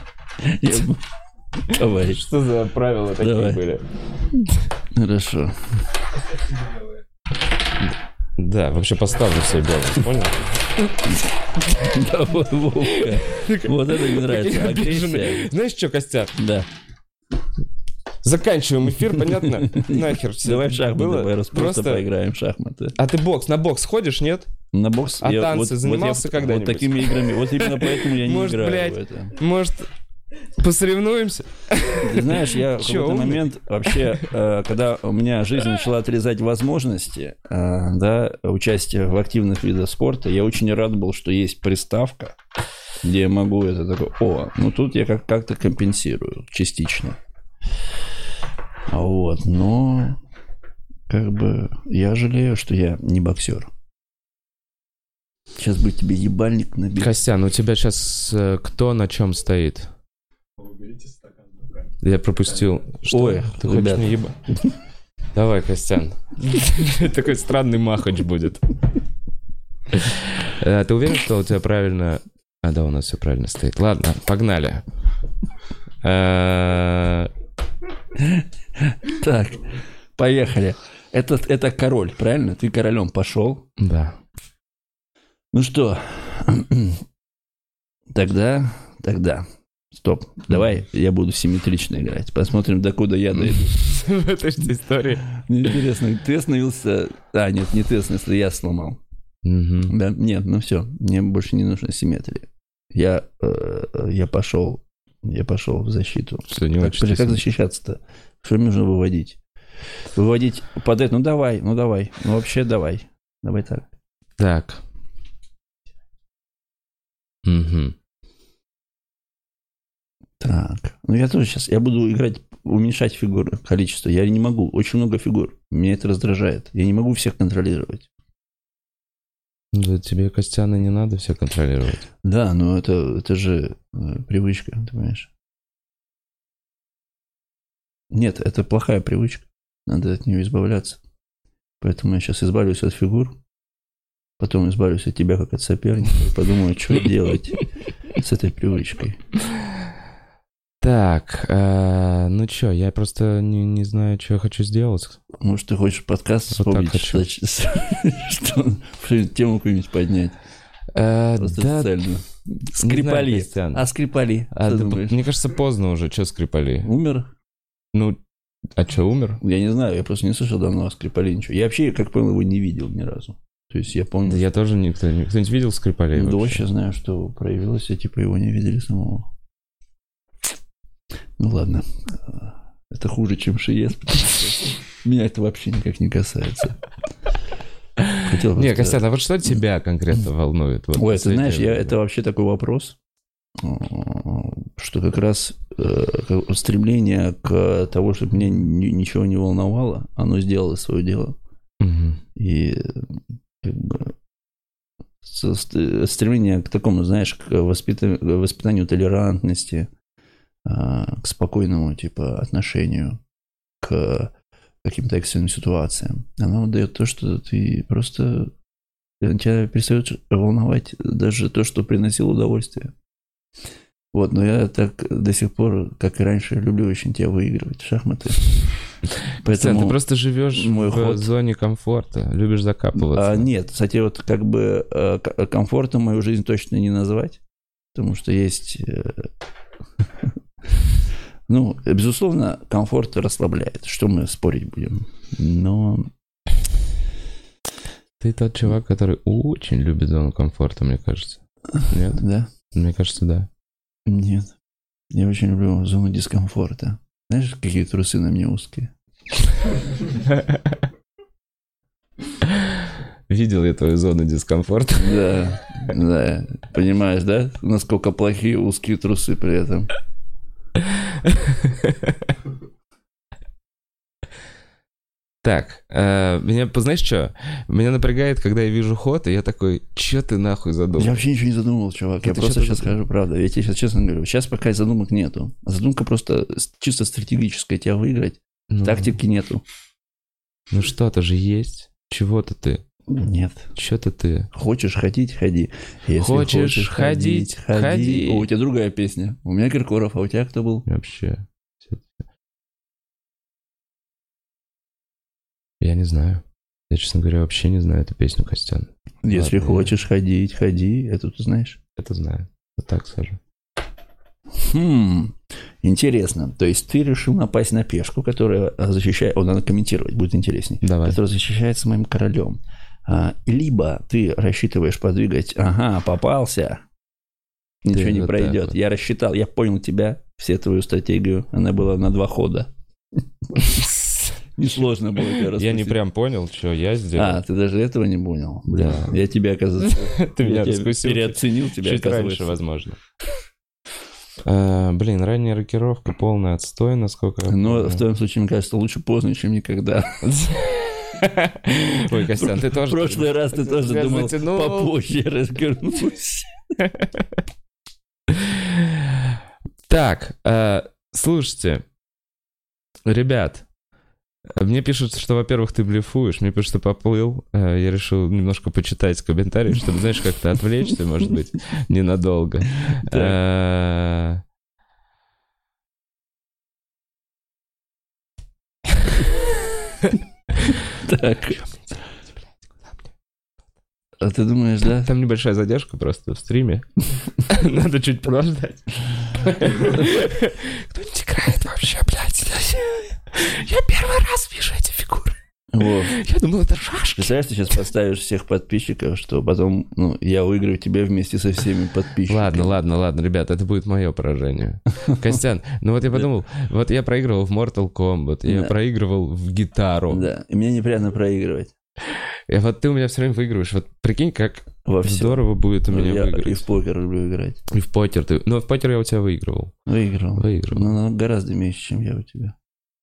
Давай. Что за правила такие были? Хорошо. Да, вообще поставлю все белые, понял? Да, Вовка. Вот это мне нравится. Агрессия. Знаешь что, Костя? Да. Заканчиваем эфир, понятно? Нахер все. Давай в шахматы, было. давай просто поиграем в шахматы. А ты на бокс ходишь, нет? На бокс? А танцы занимался когда-нибудь? Вот такими играми. Вот именно поэтому я не играю в это. Может, посоревнуемся? Ты знаешь, я в какой-то момент вообще, когда у меня жизнь начала отрезать возможности, да, участия в активных видах спорта, я очень рад был, что есть приставка, где я могу это такое, ну тут я как-то компенсирую частично. Вот, но как бы я жалею, что я не боксер. Сейчас бы тебе ебальник набить. Костян, у тебя сейчас кто на чем стоит? Я пропустил. Что? Ой, ты хочешь мне ебать? Давай, Костян. Такой странный махач будет. Ты уверен, что у тебя правильно... А, да, у нас все правильно стоит. Ладно, погнали. Так, поехали. Это король, правильно? Ты королем пошел? Да. Ну что, тогда, стоп, давай я буду симметрично играть. Посмотрим, докуда я дойду. В этой же истории. Мне интересно, ты остановился... А, нет, не ты остановился, я сломал. Да? Нет, ну все, мне больше не нужна симметрия. Я пошел в защиту. Как защищаться-то? Что нужно выводить? Выводить под это? Ну давай. Ну вообще давай. Давай так. Так. Угу. Так. Ну я тоже сейчас... Я буду играть, уменьшать фигуры, количество. Я не могу. Очень много фигур. Меня это раздражает. Я не могу всех контролировать. Да тебе, Костяна, не надо все контролировать. Да, но это же привычка, ты понимаешь? Нет, это плохая привычка. Надо от нее избавляться. Поэтому я сейчас избавлюсь от фигур. Потом избавлюсь от тебя, как от соперника. И подумаю, что делать с этой привычкой. Так, ну что, я просто не знаю, что я хочу сделать. Может, ты хочешь подкаст вспомнить? Что тему какую-нибудь поднять? Просто цельно. Скрипали. А Скрипали? Мне кажется, поздно уже. Что Скрипали? Умер? Ну, а что, умер? Я не знаю, я просто не слышал давно о Скрипали ничего. Я вообще, как понял, его не видел ни разу. То есть я помню... Да я тоже кто-нибудь видел Скрипалей вообще? Дочь, я знаю, что проявилось, а типа его не видели самого. Ну ладно. Это хуже, чем Шиес. Меня это вообще никак не касается. Не, Костян, а вот что тебя конкретно волнует? Ой, ты знаешь, это вообще такой вопрос, что как раз стремление к тому, чтобы меня ничего не волновало, оно сделало свое дело. И как бы стремление к такому, знаешь, к воспитанию толерантности, к спокойному типа отношению к каким-то экстренным ситуациям. Она дает то, что ты просто... Тебя перестает волновать даже то, что приносило удовольствие. Вот, но я так до сих пор, как и раньше, люблю очень тебя выигрывать в шахматы. Поэтому ты просто живешь в зоне комфорта, любишь закапываться. Нет, кстати, вот как бы комфортом мою жизнь точно не назвать, потому что есть... Ну, безусловно, комфорт расслабляет. Что мы спорить будем? Но... Ты тот чувак, который очень любит зону комфорта, мне кажется. Нет? Да? Мне кажется, да. Нет. Я очень люблю зону дискомфорта. Знаешь, какие трусы на мне узкие? Видел я твою зону дискомфорта. Да. Понимаешь, да? Насколько плохие узкие трусы при этом. Так, меня, знаешь что? Меня напрягает, когда я вижу ход, и я такой, чё ты нахуй задумал? Я вообще ничего не задумывал, чувак. Я просто сейчас скажу правду. Я тебе сейчас честно говорю. Сейчас пока задумок нету. Задумка просто чисто стратегическая. Тебя выиграть. Тактики нету. Ну что-то же есть. Чего-то ты. Нет. Что-то ты. Хочешь ходить, ходи. Если хочешь ходить, ходи. О, у тебя другая песня. У меня Киркоров, а у тебя кто был? Вообще. Я не знаю. Я, честно говоря, вообще не знаю эту песню, Костян. Если хочешь ходить, ходи. Это ты знаешь? Это знаю. Вот так скажу. Интересно. То есть ты решил напасть на пешку, которая защищает... О, надо комментировать, будет интересней. Давай. Которая защищается моим королем. Либо ты рассчитываешь подвигать... Ага, попался. Ничего не пройдет. Вот. Я рассчитал, я понял тебя, все твою стратегию. Она была на 2 хода. Несложно было тебя распустить. Я не прям понял, что я сделал. Ты даже этого не понял? Бля, я тебя, оказывается... Ты меня раскусил. Переоценил тебя, чуть раньше, возможно. Блин, ранняя рокировка, полный отстой, насколько... Но в твоем случае, мне кажется, лучше поздно, чем никогда. Ой, Костян, ты тоже... В прошлый раз ты тоже думал, попозже развернусь. Так, слушайте, ребят, мне пишут, что, во-первых, ты блефуешь, мне пишут, что поплыл. Я решил немножко почитать комментарии, чтобы, знаешь, как-то отвлечься, может быть, ненадолго. Так. А ты думаешь, да? Там небольшая задержка просто в стриме. Надо чуть подождать. Кто-нибудь играет вообще, блядь? Я первый раз вижу эти фигуры. Вот. Я думал, это шашки. Представляешь, ты сейчас поставишь всех подписчиков, что потом я выиграю тебя вместе со всеми подписчиками. Ладно, ребят, это будет мое поражение. Костян, ну вот я подумал, вот я проигрывал в Mortal Kombat, я проигрывал в гитару. Да, и мне неприятно проигрывать. И вот ты у меня все время выигрываешь. Вот прикинь, как здорово будет у меня выиграть. И в покер люблю играть. И в покер ты... Ну, в покер я у тебя выигрывал. Выиграл. Выиграл. Ну, гораздо меньше, чем я у тебя.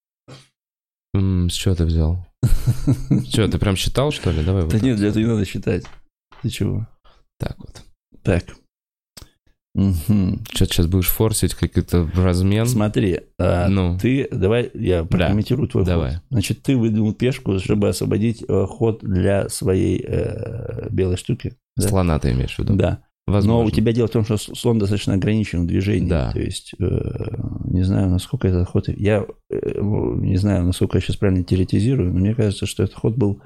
С чего ты взял? Что, ты прям считал, что ли? Давай. Да нет, для этого не надо считать. Ты чего? Так вот. Так. Что ты сейчас будешь форсить какой-то размен? Смотри, ты, давай я прокомментирую твой ход. Значит, ты выдвинул пешку, чтобы освободить ход для своей белой штуки. Слона ты имеешь в виду? Да. Возможно. Но у тебя дело в том, что слон достаточно ограничен в движении. Да. То есть, не знаю, насколько этот ход... Я не знаю, насколько я сейчас правильно теоретизирую, но мне кажется, что этот ход был...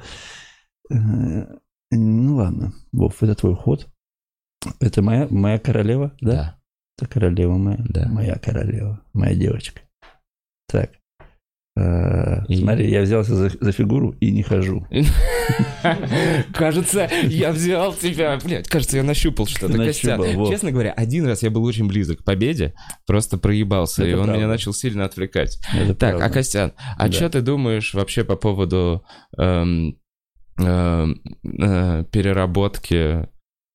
Ну, ладно. Вов, это твой ход. Это моя королева, да? Да. Это королева моя. Да. Моя королева. Моя девочка. Так. Смотри, я взялся за фигуру и не хожу. Кажется, я взял тебя. Блядь, кажется, я нащупал что-то. Костян, честно говоря, один раз я был очень близок к победе, просто проебался, и он меня начал сильно отвлекать. Так, а Костян, что ты думаешь вообще по поводу переработки...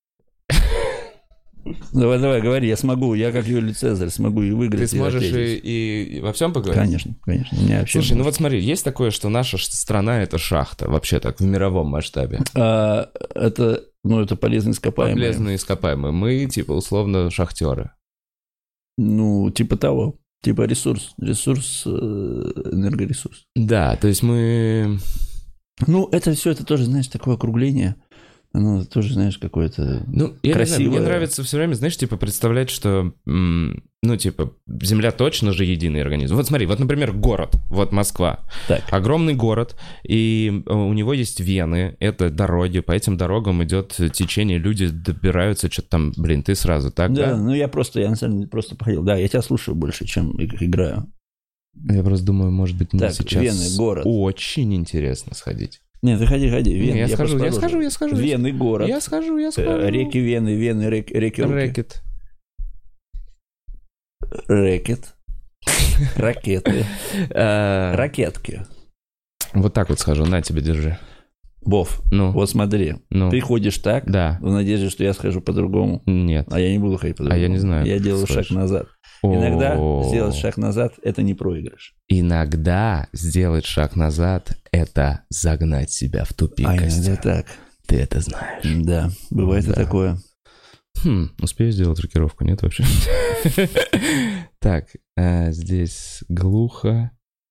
Давай, говори, я смогу, я как Юлий Цезарь смогу и выиграть. Ты сможешь и во всем поговорить? Конечно. Слушай, ну вот смотри, есть такое, что наша страна — это шахта, вообще так, в мировом масштабе. Это полезные ископаемые. Полезные ископаемые. Мы, типа, условно, шахтеры. Ну, типа того. Типа ресурс, энергоресурс. Да, то есть мы... Ну, это все, это тоже, знаешь, такое округление. Оно тоже, знаешь, какое-то красивое. Мне нравится все время, знаешь, типа, представлять, что, Земля точно же единый организм. Вот смотри, вот, например, город, вот Москва. Так. Огромный город, и у него есть вены, это дороги, по этим дорогам идет течение, люди добираются, что-то там, ты сразу, так, да? Да, я на самом деле просто походил. Да, я тебя слушаю больше, чем играю. Я просто думаю, может быть, мне сейчас Вены, город. Очень интересно сходить. Нет, ты ходи. Вены, я схожу. Вены, город. Я схожу. Реки, Вены, реки. Рэкет. Ракеты. Ракетки. Вот так вот схожу, на тебе, держи. Вов, вот смотри, ты ходишь так, да, в надежде, что я схожу по-другому. Нет. А я не буду ходить по-другому. А я не знаю. Я делаю шаг назад. Иногда сделать шаг назад – это не проигрыш. Иногда сделать шаг назад – это загнать себя в тупик. Иногда так. Ты это знаешь. Да, бывает и такое. Успею сделать рокировку? Нет вообще? Так, здесь глухо.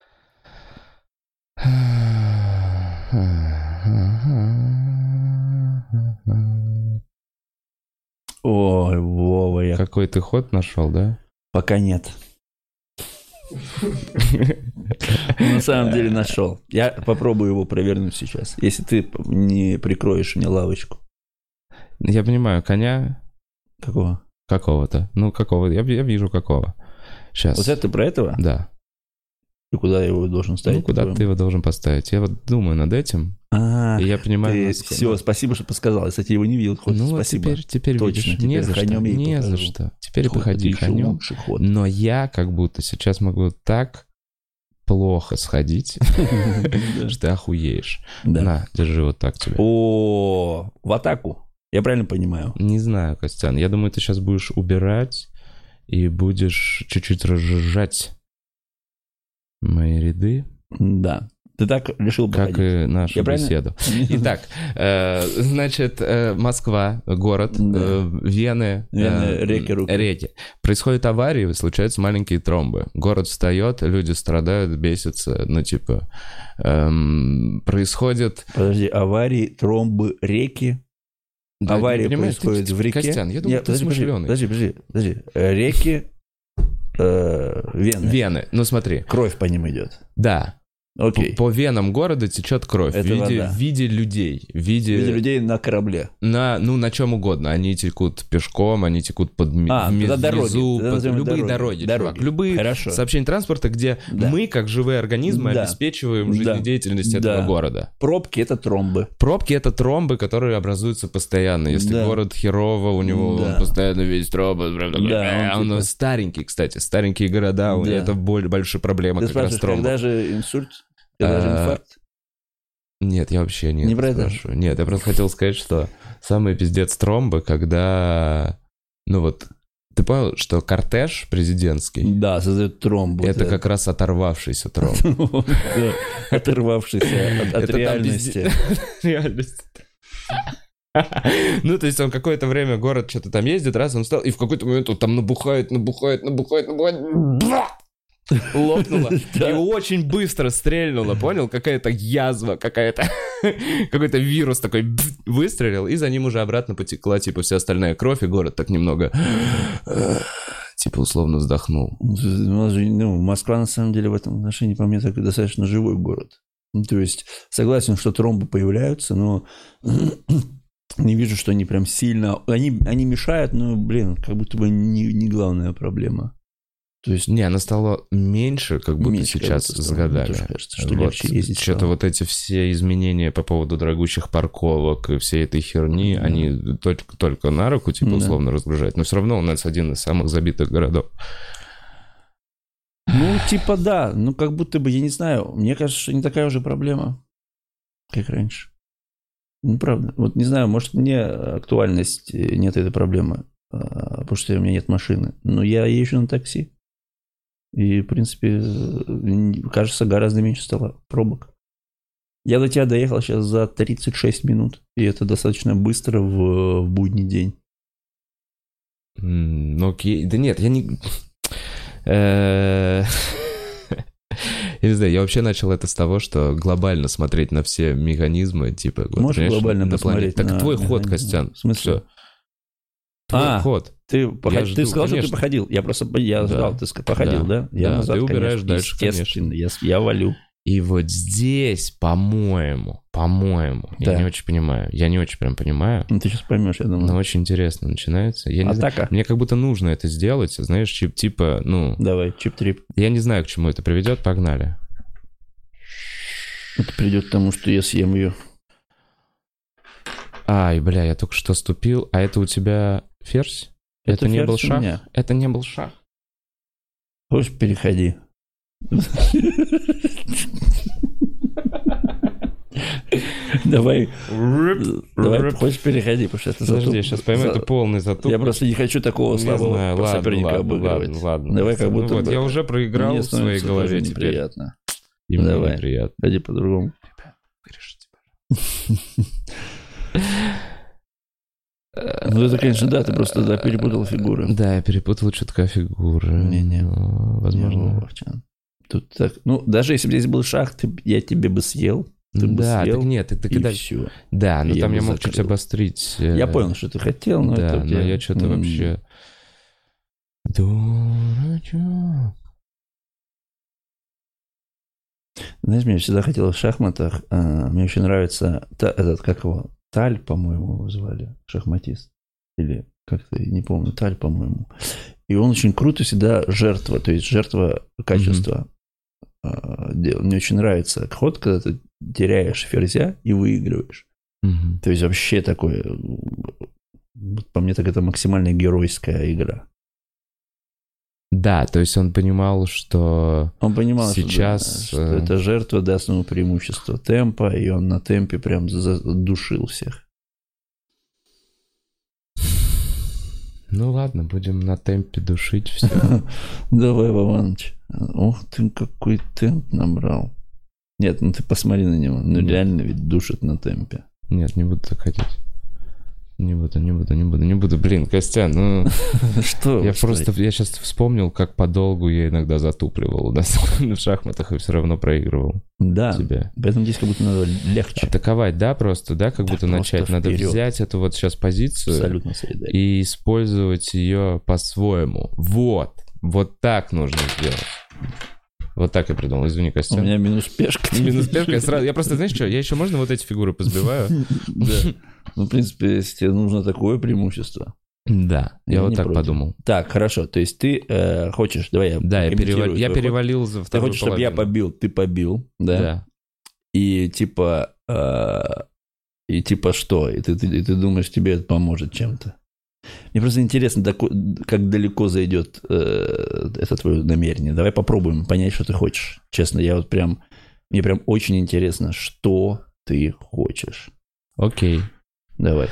Ой, Вова, я... Какой ты ход нашел, да? Пока нет. На самом деле нашел. Я попробую его провернуть сейчас, если ты не прикроешь мне лавочку. Я понимаю, коня... Какого? Какого-то. Ну, какого? Я вижу какого. Сейчас. Вот это ты про этого? Да. И куда я его должен ставить? Ну, куда ты его должен поставить? Я вот думаю над этим. И я понимаю... Все, спасибо, что подсказал. Я, кстати, его не видел. Ну, спасибо. Теперь точно, видишь. Не за что. Не за что. Теперь походи конем. Но я как будто сейчас могу так плохо сходить, что ты охуеешь. На, держи вот так тебе. О, в атаку. Я правильно понимаю? Не знаю, Костян. Я думаю, ты сейчас будешь убирать и будешь чуть-чуть разжижать мои ряды. Да. Ты так решил походить. Как и нашу беседу. Итак, значит, Москва, город, Вены, реки. Происходят аварии, случаются маленькие тромбы. Город встает, люди страдают, бесятся. Ну, типа, происходит... Подожди, аварии, тромбы, реки. Да, авария происходит в реке. Костян, я думаю, ты смышленый. Подожди. Реки, вены. Вены, ну смотри. Кровь по ним идет. Да. Окей. По венам города течет кровь в виде людей. В виде людей на корабле. На чем угодно. Они текут пешком, они текут внизу. Любые дороги, чувак. Любые сообщения транспорта, где мы, как живые организмы, обеспечиваем жизнедеятельность этого города. Пробки — это тромбы. Пробки — это тромбы, которые образуются постоянно. Если город херово, у него он постоянно весь тромбы. Он старенький, кстати. Старенькие города, это большая проблема как раз тромбов. Когда же инсульт? Даже инфаркт? Нет, я вообще не спрашиваю. Нет, я просто хотел сказать, что самый пиздец тромбы, когда... Ну вот, ты понял, что кортеж президентский... Да, создает тромбу. Это как раз оторвавшийся тромб. Оторвавшийся от реальности. Реальность. Ну, то есть он какое-то время город что-то там ездит, раз он встал, и в какой-то момент он там набухает. Лопнуло. И очень быстро стрельнуло, понял? Какая-то язва, какой-то вирус такой выстрелил, и за ним уже обратно потекла, типа, вся остальная кровь, и город так немного, типа, условно вздохнул. Москва, на самом деле, в этом отношении, по мне, такой достаточно живой город. То есть, согласен, что тромбы появляются, но не вижу, что они прям сильно... Они мешают, но, как будто бы не главная проблема. То есть... Не, она стала меньше, как будто сейчас с годами. Кажется, что легче ездить. Что-то вот эти все изменения по поводу дорогущих парковок и всей этой херни, они только на руку, типа, условно разгружают. Но все равно у нас один из самых забитых городов. Ну, типа, да. Ну, как будто бы, я не знаю. Мне кажется, что не такая уже проблема, как раньше. Ну, правда. Вот не знаю, может, мне актуальность нет этой проблемы, потому что у меня нет машины. Но я езжу на такси. И, в принципе, кажется, гораздо меньше стало пробок. Я до тебя доехал сейчас за 36 минут. И это достаточно быстро в будний день. Ну, окей. Да нет, я не... Я не знаю, я вообще начал это с того, что глобально смотреть на все механизмы, типа... Можешь глобально посмотреть на... Так твой ход, Костян. В смысле? Твой ход. Ты сказал, что ты походил. Я ждал, ты походил, да? Я назад, ты убираешь дальше, конечно. Я валю. И вот здесь, по-моему, я не очень понимаю. Я не очень прям понимаю. Ну, ты сейчас поймешь, я думаю. Но очень интересно начинается. Я не знаю, мне как будто нужно это сделать, знаешь, типа, Давай, чип-трип. Я не знаю, к чему это приведет, погнали. Это придет к тому, что я съем ее. Ай, бля, я только что ступил. А это у тебя ферзь? Это не был шах? Это не был шах. Хочешь, переходи. Давай, хочешь переходи, потому что это затуп. Подожди, я сейчас пойму, это полный затуп. Я просто не хочу такого слабого соперника обыгрывать. Ладно. Давай как будто бы... Я уже проиграл в своей голове теперь. Неприятно. И мне Давай, неприятно. ходи по-другому. Ну, это, конечно, да, ты просто перепутал фигуры. Да, я перепутал чутка фигуры. Не-не. Возможно. Тут так... Ну, даже если бы здесь был шах, я тебе бы съел. Ты бы съел, так нет, ты когда... все. Да, но там я мог закрыл. чуть обострить. Я понял, что ты хотел, но да, это... но я что-то вообще... Дурачок. Знаешь, мне всегда хотелось в шахматах. Мне очень нравится этот, как его, Таль, по-моему, его звали, шахматист. Или как-то, не помню, Таль, по-моему. И он очень круто всегда жертва, то есть жертва качества делал. Мне очень нравится ход, когда ты теряешь ферзя и выигрываешь. То есть вообще такое, по мне так это максимально геройская игра. Да, то есть он понимал, что Он понимал, сейчас... что эта жертва даст ему преимущество темпа, и он на темпе прям задушил всех. Ну ладно, будем на темпе душить все. Давай, Вованыч. Ох ты, какой темп набрал. Нет, ну ты посмотри на него. Ну реально ведь душит на темпе. Нет, не буду так хотеть. Не буду. Блин, Костян, ну... Что? Я сейчас вспомнил, как подолгу я иногда затупливал в шахматах и все равно проигрывал. Да, тебя. Поэтому здесь как будто надо легче. Атаковать, да, просто, да, как будто начать. Надо взять эту вот сейчас позицию Абсолютно и использовать ее по-своему. Вот так нужно сделать. Вот так я придумал. Извини, Костян. У меня минус пешка. Минус пешка. Я просто, знаешь что, я еще можно вот эти фигуры позбиваю? Да. Ну, в принципе, если тебе нужно такое преимущество. Да, я вот так подумал. Так, хорошо. То есть ты хочешь, давай я комментирую. Я перевалил за вторую половину. Ты хочешь, чтобы я побил, ты побил, да? Да. И типа что? И ты думаешь, тебе это поможет чем-то? Мне просто интересно, как далеко зайдет это твое намерение. Давай попробуем понять, что ты хочешь. Честно, мне прям очень интересно, что ты хочешь. Окей. Давай.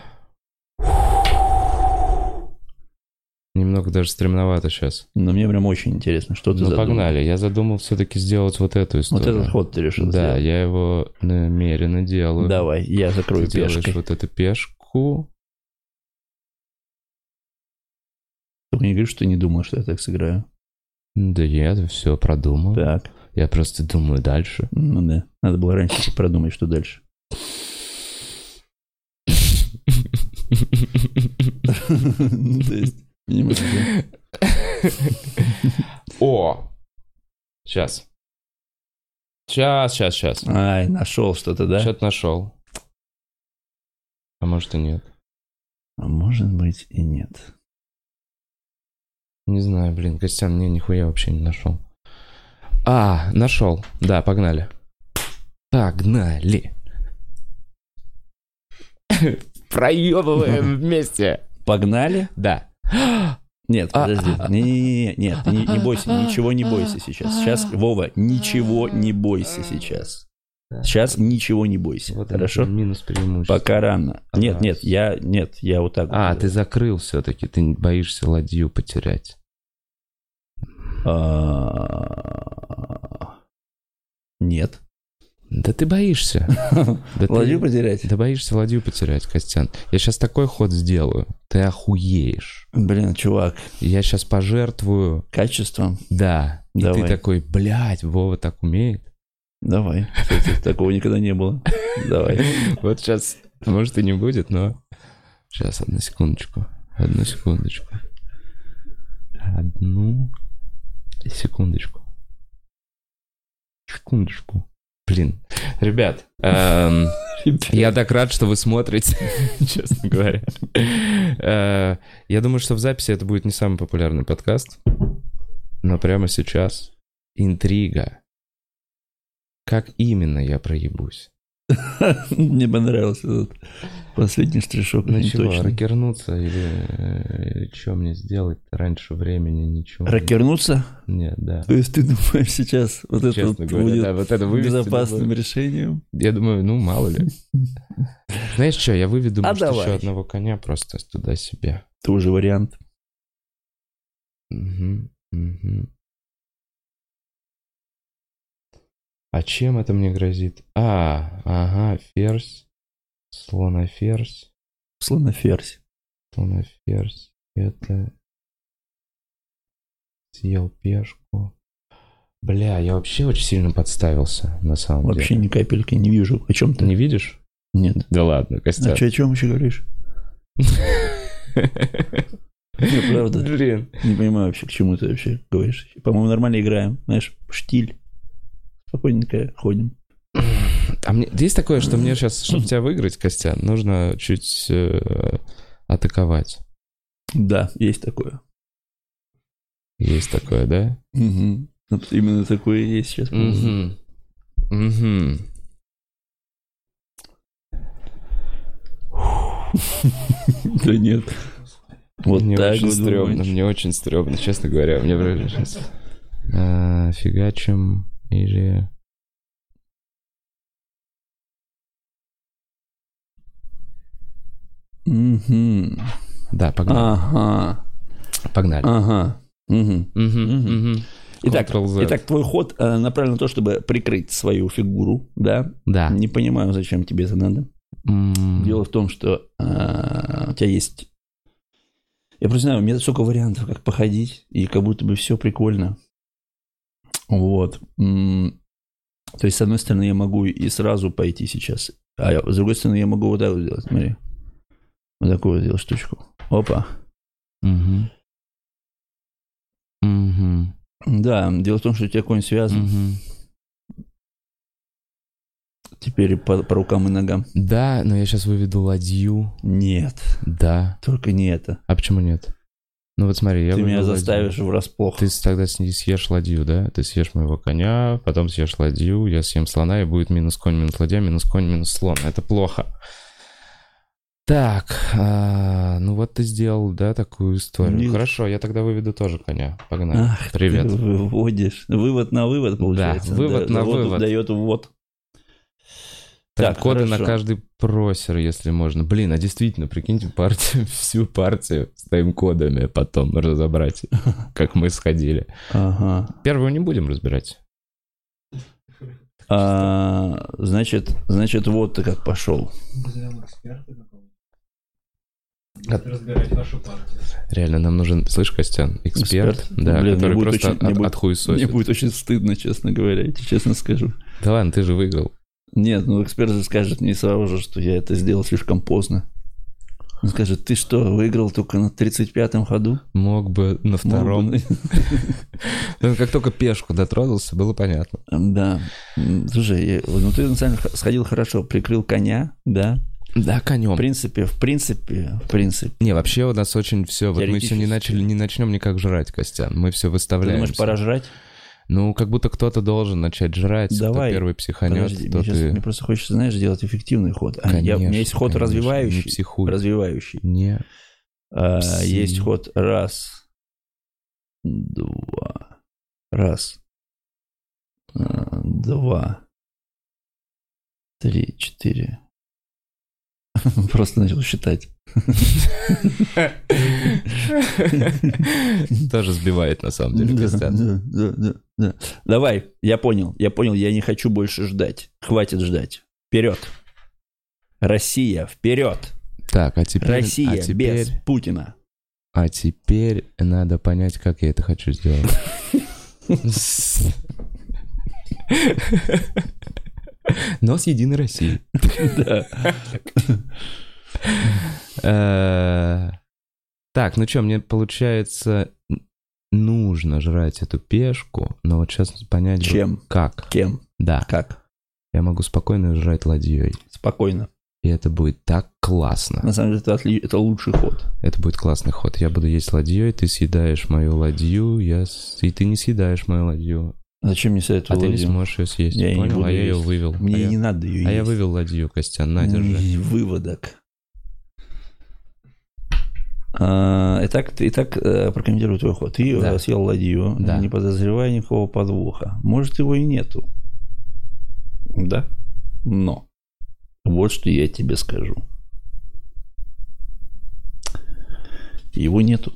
Немного даже стремновато сейчас. Но мне прям очень интересно, что ты задумал. Погнали. Я задумал все-таки сделать вот эту историю. Вот этот ход ты решил сделать. Да, я его намеренно делаю. Давай, я закрою ты пешкой. Делаешь вот эту пешку. Только не говори, что ты не думал, что я так сыграю. Да нет, все продумал. Так. Я просто думаю дальше. Ну да, надо было раньше продумать, что дальше. То есть, О! Сейчас. Ай, нашел что-то, да? Что-то нашел. А может и нет. А может быть и нет. Не знаю, блин, Костян, мне нихуя вообще не нашел. Нашел. Да, погнали. Проебываем вместе. Погнали? Да. Нет, подожди. Нет, не бойся, ничего не бойся сейчас. Сейчас, Вова, ничего не бойся сейчас. Сейчас ничего не бойся. Вот хорошо? Минус преимущество. Пока рано. Нет, я вот так. Ты закрыл все-таки. Ты боишься ладью потерять. Нет. Да ты боишься. Ладью потерять? Да боишься ладью потерять, Костян. Я сейчас такой ход сделаю. Ты охуеешь. Блин, чувак. Я сейчас пожертвую... Качеством? Да. Давай. И ты такой, блядь, Вова так умеет. Давай. Кстати, такого никогда не было. Давай. Вот сейчас, может и не будет, но... Сейчас, одну секундочку. Одну секундочку. Блин. Ребят, я так рад, что вы смотрите, честно говоря. Я думаю, что в записи это будет не самый популярный подкаст, но прямо сейчас интрига. Как именно я проебусь? Мне понравился этот последний штришок. Ну чего, рокернуться или что мне сделать раньше времени? Ничего. Рокернуться? Нет, да. То есть ты думаешь сейчас вот это Честно вот говоря, будет да, вот это вывести, безопасным думаю. решением? Я думаю, ну мало ли. Знаешь что, я выведу, может, давай. еще одного коня просто туда себе. Тоже вариант. Угу, угу. А чем это мне грозит? Ага, ферзь. Слоноферзь. Слоноферзь. Слоноферзь. Это... Съел пешку. Бля, я вообще очень сильно подставился, на самом деле. Вообще ни капельки не вижу. О чем ты? Не видишь? Нет. Да ладно, Костян. О чем еще говоришь? Не, правда. Блин. Не понимаю вообще, к чему ты вообще говоришь. По-моему, нормально играем. Знаешь, штиль. Спокойненько ходим. А мне есть такое, что мне сейчас, чтобы тебя выиграть, Костян, нужно чуть атаковать. Да, есть такое. Есть такое, да? Угу. Вот именно такое и есть сейчас. Угу. Угу. Да нет. Вот мне так очень вот стрёмно, думаешь. мне очень стрёмно, честно говоря. Мне вроде сейчас фигачим или... Угу. Да, погнали. Ага. Погнали. Ага. Угу. Угу. Итак, твой ход направлен на то, чтобы прикрыть свою фигуру, да? Да. Не понимаю, зачем тебе это надо. Дело в том, что у тебя есть... Я просто знаю, у меня столько вариантов, как походить, и как будто бы все прикольно. Вот. То есть, с одной стороны, я могу и сразу пойти сейчас, а с другой стороны, я могу вот так вот сделать, смотри. Вот такую вот сделать штучку. Опа. Угу. Угу. Да, дело в том, что у тебя конь связан. Угу. Теперь по рукам и ногам. Да, но я сейчас выведу ладью. Нет. Да. Только не это. А почему нет? Ну вот смотри, я Ты меня вывел заставишь ладью. врасплох. Ты тогда съешь ладью, да? Ты съешь моего коня, потом съешь ладью, я съем слона, и будет минус конь, минус ладья, минус конь, минус слон. Это плохо. Так, ну вот ты сделал, да, такую историю. Нет. Хорошо, я тогда выведу тоже коня. Погнали. Ах, привет. Ты выводишь. Вывод на вывод, получается. Да, вывод на вывод вывод. Дает ввод. Так, коды хорошо. на каждый просер, если можно. Блин, а действительно, прикиньте, партию, всю партию с тайм-кодами потом разобрать, как мы сходили. Ага. Первую не будем разбирать. Значит, вот ты как пошел. Разбирать вашу партию. Реально, нам нужен, слышь, Костян, эксперт, да, Блин, который мне будет просто очень- мне будет- отхуесосит. Мне будет очень стыдно, честно говоря, я тебе честно скажу. Да ладно, ты же выиграл. Нет, ну эксперт же скажет мне сразу же, что я это сделал слишком поздно. Он скажет, ты что, выиграл только на 35-м ходу? Мог бы на втором. Мог бы. Ну, как только пешку дотронулся, было понятно. Да. Слушай, ну ты на самом деле сходил хорошо, прикрыл коня, да? Да, конем. В принципе. Не, вообще у нас очень все. Вот мы все Теоретически. не начнем никак жрать, Костян. Мы все Ты выставляем. думаешь, пора жрать? Ну, как будто кто-то должен начать жрать. Давай. Кто первый психанет, Подожди, тот мне просто хочется, знаешь, сделать эффективный ход. У меня есть ход конечно, развивающий. не психуй. Развивающий. Не. Есть ход раз, два, раз, два, три, четыре. Просто начал считать. Тоже сбивает, на самом деле, Костян. Да. Давай, я понял, я не хочу больше ждать. Хватит ждать. Вперед. Россия, вперед. Так, а теперь... Россия без Путина. А теперь надо понять, как я это хочу сделать. Но с Единой Россией. Так, ну что, мне получается, нужно жрать эту пешку, но вот сейчас понять, Чем? как. Кем? Да, Как? я могу спокойно жрать ладьей. Спокойно. И это будет так классно. На самом деле это лучший ход. Это будет классный ход. Я буду есть ладьей, ты съедаешь мою ладью, и ты не съедаешь мою ладью. Зачем мне съесть эту А ты не ладью? сможешь ее съесть, Я и не понял? буду А я ее есть. вывел. Мне не надо ее есть. А я вывел ладью, Костян, на, держи. Выводок. Итак, прокомментирую твой ход. Ты Да. съел ладью, Да. не подозревая никакого подвоха. Может, его и нету. Да? Но вот что я тебе скажу. Его нету.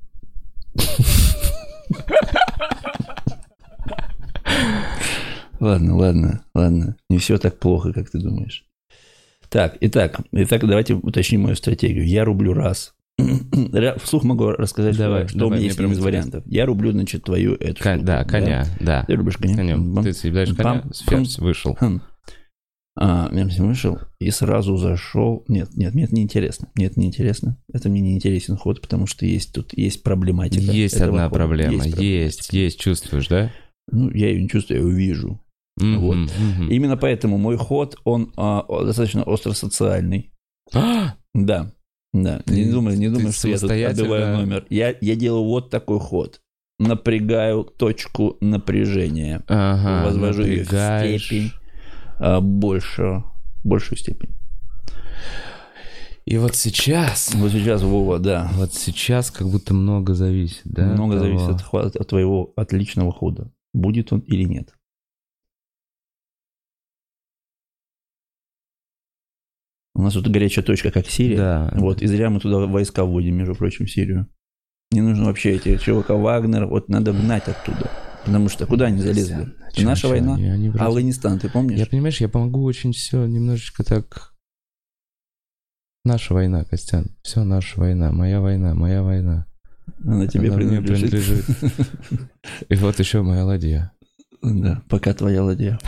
Ладно. Не все так плохо, как ты думаешь. Итак, давайте уточним мою стратегию. Я рублю раз. Вслух могу рассказать, что у меня есть из вариантов. Я рублю, значит, твою эту штуку. Да, коня, да. Ты любишь коня? Конем. Ты съедаешь коня, ферзь вышел. Ферзь вышел и сразу зашел. Нет, мне это не интересно. Это мне не интересен ход, потому что тут есть проблематика. Есть этого одна хода. проблема. Есть, Есть, чувствуешь, да? Ну, я ее не чувствую, я ее вижу. Вот. Именно поэтому мой ход, он достаточно остросоциальный. Да. Не думаю, что я тут отбиваю номер. Я делаю вот такой ход. Напрягаю точку напряжения. Возвожу ее в степень. Большую степень. И вот сейчас, Вова, да. вот сейчас как будто много зависит, да? Много зависит от твоего отличного хода. Будет он или нет. У нас тут горячая точка, как Сирия. Да. Вот, и зря мы туда войска вводим, между прочим, в Сирию. Не нужно вообще эти ЧВК Вагнер, вот надо гнать оттуда. Потому что куда они залезли? Наша война, Афганистан, ты помнишь? Я, понимаешь, я помогу очень все немножечко так... Наша война, Костян. Все наша война, моя война. Она тебе мне принадлежит. И вот еще моя ладья. Да, пока твоя ладья.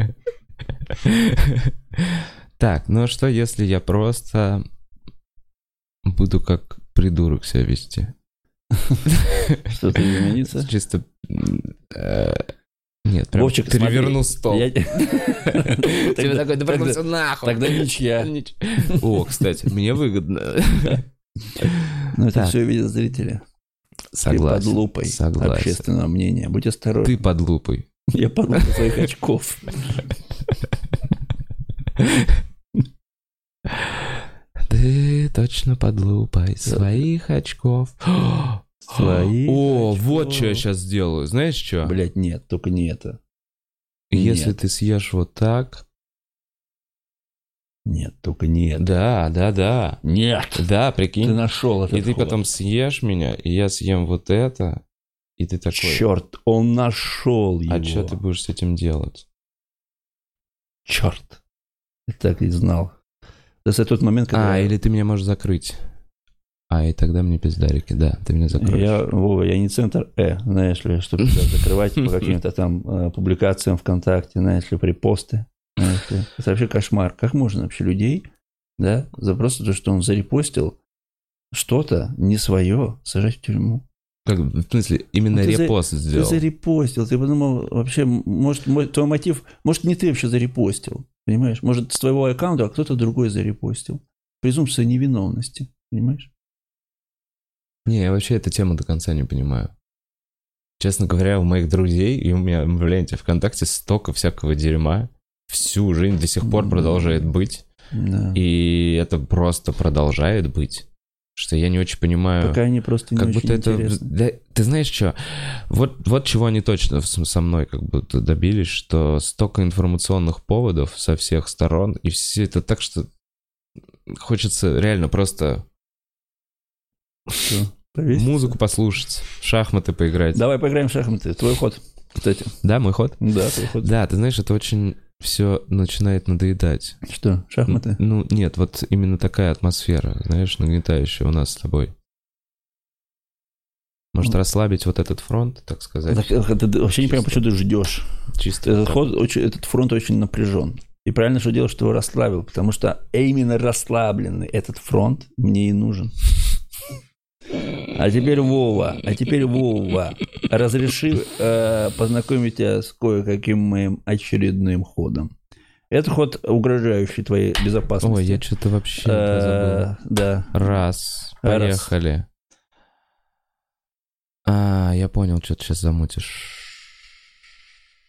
Так, ну что, если я просто буду как придурок себя вести? Что-то изменится? Чисто... Нет, прям Вовчик, переверну стол. Тебе такой, да пошел всё нахуй. Тогда ничья. О, кстати, мне выгодно. Но это все видят зрители. Согласен. Ты под лупой общественного мнения. Будь осторожен. Ты под лупой. Я под лупой своих очков. Ты точно под лупой своих очков. О, вот что я сейчас сделаю. Знаешь что? Блять, нет, только не это. Если ты съешь вот так... Нет, только не это. Да. Нет. Да, прикинь. Ты нашел этот И ты ход. потом съешь меня, и я съем вот это, и ты такой... Черт, он нашел его. А что ты будешь с этим делать? Черт. Я так и знал. Это тот момент, когда... или ты меня можешь закрыть. И тогда мне пиздарики, да, ты меня закроешь. Вова, я не центр знаешь ли, чтобы тебя закрывать по каким-то там публикациям ВКонтакте, знаешь ли, припосты. Знаешь ли. Это вообще кошмар. Как можно вообще людей, да, за просто то, что он зарепостил что-то не свое, сажать в тюрьму? Как, в смысле, именно репост сделал? Ты зарепостил, ты подумал, вообще, может, твой мотив, может, не ты вообще зарепостил, понимаешь? Может, с твоего аккаунта, а кто-то другой зарепостил. Презумпция невиновности, понимаешь? Не, я вообще эту тему до конца не понимаю. Честно говоря, у моих друзей и у меня в ленте ВКонтакте столько всякого дерьма. Всю жизнь до сих пор продолжает быть. Да. И это просто продолжает быть. Что я не очень понимаю. Пока они просто не как очень будто интересны. это. Да, ты знаешь что? Вот чего они точно со мной как будто добились, что столько информационных поводов со всех сторон, и все это так, что хочется реально просто музыку послушать, в шахматы поиграть. Давай поиграем в шахматы. Твой ход, кстати. Да, мой ход? Да, твой ход. Да, ты знаешь, это очень все начинает надоедать. Что, шахматы? Ну, нет, вот именно такая атмосфера, знаешь, нагнетающая у нас с тобой. Может, расслабить вот этот фронт, так сказать? Ты вообще не понимаю, почему ты ждешь. Чисто. Этот фронт очень напряжен. И правильно, что делаешь, что его расслабил, потому что именно расслабленный этот фронт мне и нужен. А теперь Вова, разреши познакомить тебя с кое-каким моим очередным ходом. Это ход, угрожающий твоей безопасности. Ой, я что-то вообще забыл. Да. Раз, поехали. Я понял, что ты сейчас замутишь.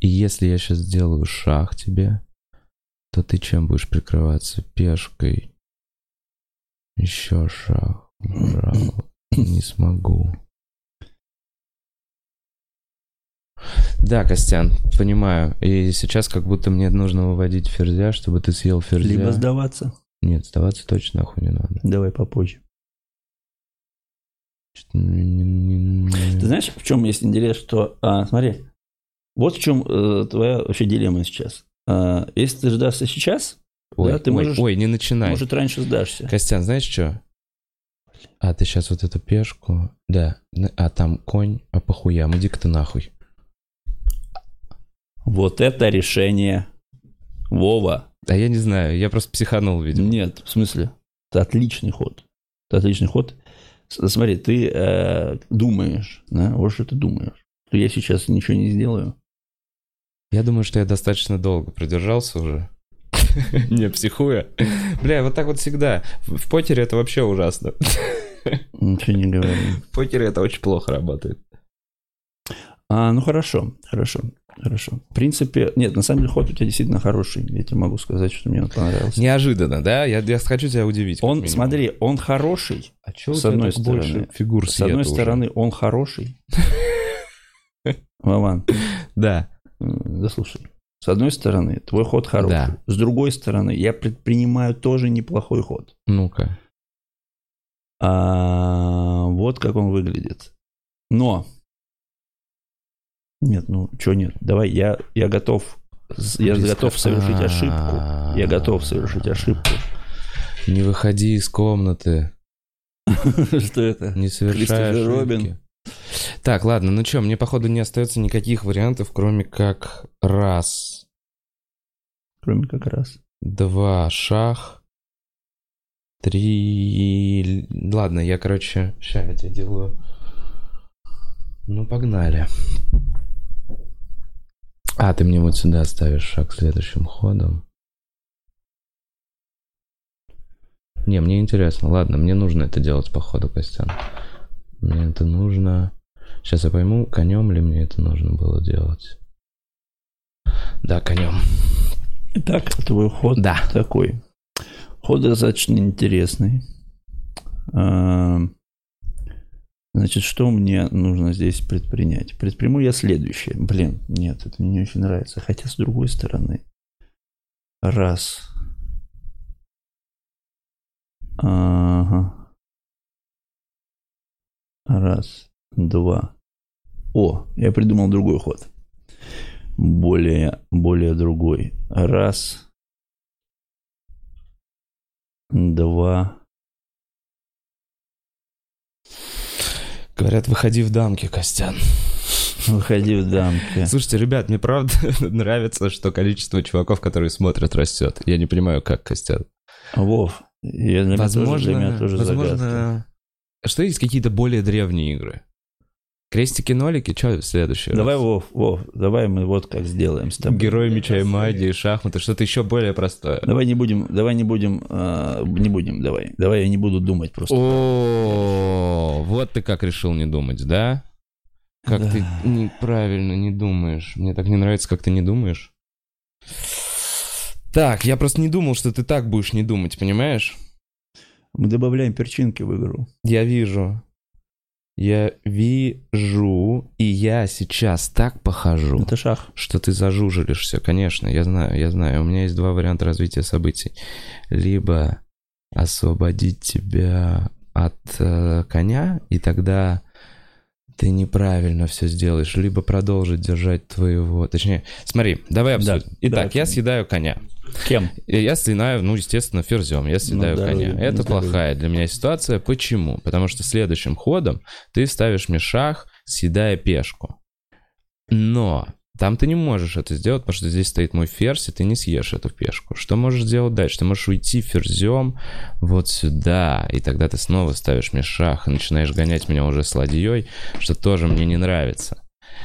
И если я сейчас сделаю шах тебе, то ты чем будешь прикрываться? Пешкой. Еще шах. Браво. Не смогу. Да, Костян, понимаю. И сейчас как будто мне нужно выводить ферзя, чтобы ты съел ферзя. Либо сдаваться. Нет, сдаваться точно нахуй не надо. Давай попозже. Ты знаешь, в чем есть интерес, что... смотри, вот в чем твоя вообще дилемма сейчас. Если ты сдашься сейчас, Ой, да, ты можешь... не начинай. Может, раньше сдашься. Костян, знаешь что? А ты сейчас вот эту пешку... Да. А там конь, а по хуям. Иди-ка ты нахуй. Вот это решение, Вова. А я не знаю, я просто психанул, видимо. Нет, в смысле, это отличный ход. Это отличный ход. Смотри, ты думаешь, да? Вот что ты думаешь. Что я сейчас ничего не сделаю. Я думаю, что я достаточно долго продержался уже. Не психуя. Бля, вот так вот всегда. В покере это вообще ужасно. Ничего не говори. В покере это очень плохо работает. Ну, хорошо. В принципе, нет, на самом деле ход у тебя действительно хороший. Я тебе могу сказать, что мне он понравился. Неожиданно, да? Я хочу тебя удивить. Смотри, он хороший. А чё с одной стороны, фигур с одной стороны, он хороший. Вован. Да. Да слушай. С одной стороны, твой ход хороший. Да. С другой стороны, я предпринимаю тоже неплохой ход. Ну-ка. Вот как он выглядит. Но... Нет, что нет? Давай, я готов совершить ошибку. Я готов совершить ошибку. Не выходи из комнаты. Что это? Не совершай ошибки. Робин. Так, ладно, ну что, мне, походу, не остается никаких вариантов, кроме как раз. Кроме как раз. 2 шах. 3... Ладно, я, короче, сейчас я тебе делаю. Ну, погнали. Ты мне вот сюда ставишь шаг следующим ходом. Не, мне интересно. Ладно, мне нужно это делать по ходу, Костян. Мне это нужно... Сейчас я пойму, конем ли мне это нужно было делать. Да, конем. Итак, твой ход такой. Ход достаточно интересный. Значит, что мне нужно здесь предпринять? Предприму я следующее. Блин, нет, это мне не очень нравится. Хотя, с другой стороны. Раз. Ага. Раз, 2. Я придумал другой ход. Более другой. Раз. 2. Говорят, выходи в дамки, Костян. Выходи в дамки. Слушайте, ребят, мне правда нравится, что количество чуваков, которые смотрят, растет. Я не понимаю, как, Костян. Вов, для меня тоже загадка. Что есть какие-то более древние игры? Крестики-нолики, что следующее? Давай, Вов, давай мы вот как сделаем с тобой. Герой меча и магии, шахматы, что-то еще более простое. Давай не будем, давай. Давай я не буду думать просто. Вот ты как решил не думать, да? Как ты неправильно не думаешь. Мне так не нравится, как ты не думаешь. Так, я просто не думал, что ты так будешь не думать, понимаешь? Мы добавляем перчинки в игру. Я вижу, и я сейчас так похожу. Это шах. Что ты зажужелишься, конечно, я знаю. У меня есть 2 варианта развития событий. Либо освободить тебя от коня, и тогда ты неправильно все сделаешь, либо продолжить держать твоего... Точнее, смотри, давай обсудим. Итак, я съедаю коня. Кем? Я съедаю, естественно, ферзем. Я съедаю коня. Это плохая для меня ситуация. Почему? Потому что следующим ходом ты ставишь мне шах, съедая пешку. Но там ты не можешь это сделать, потому что здесь стоит мой ферзь, и ты не съешь эту пешку. Что можешь сделать дальше? Ты можешь уйти ферзем вот сюда, и тогда ты снова ставишь мне шах и начинаешь гонять меня уже с ладьей, что тоже мне не нравится.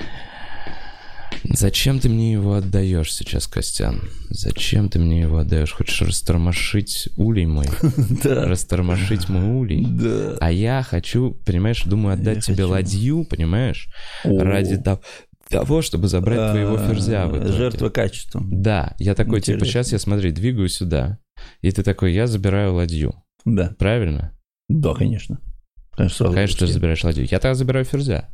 Зачем ты мне его отдаешь сейчас, Костян? Зачем ты мне его отдаешь? Хочешь растормошить улей мой? Да. Растормошить мой улей? Да. А я хочу, понимаешь, думаю, отдать тебе ладью, понимаешь? Ради того, того, чтобы забрать твоего ферзя в итоге. Жертва качеством. Да, я такой, типа, Интересно. сейчас я, смотри, двигаю сюда, и ты такой, я забираю ладью. Да. Правильно? Да, конечно. Конечно, Конечно, ты же забираешь ладью. Я тогда забираю ферзя.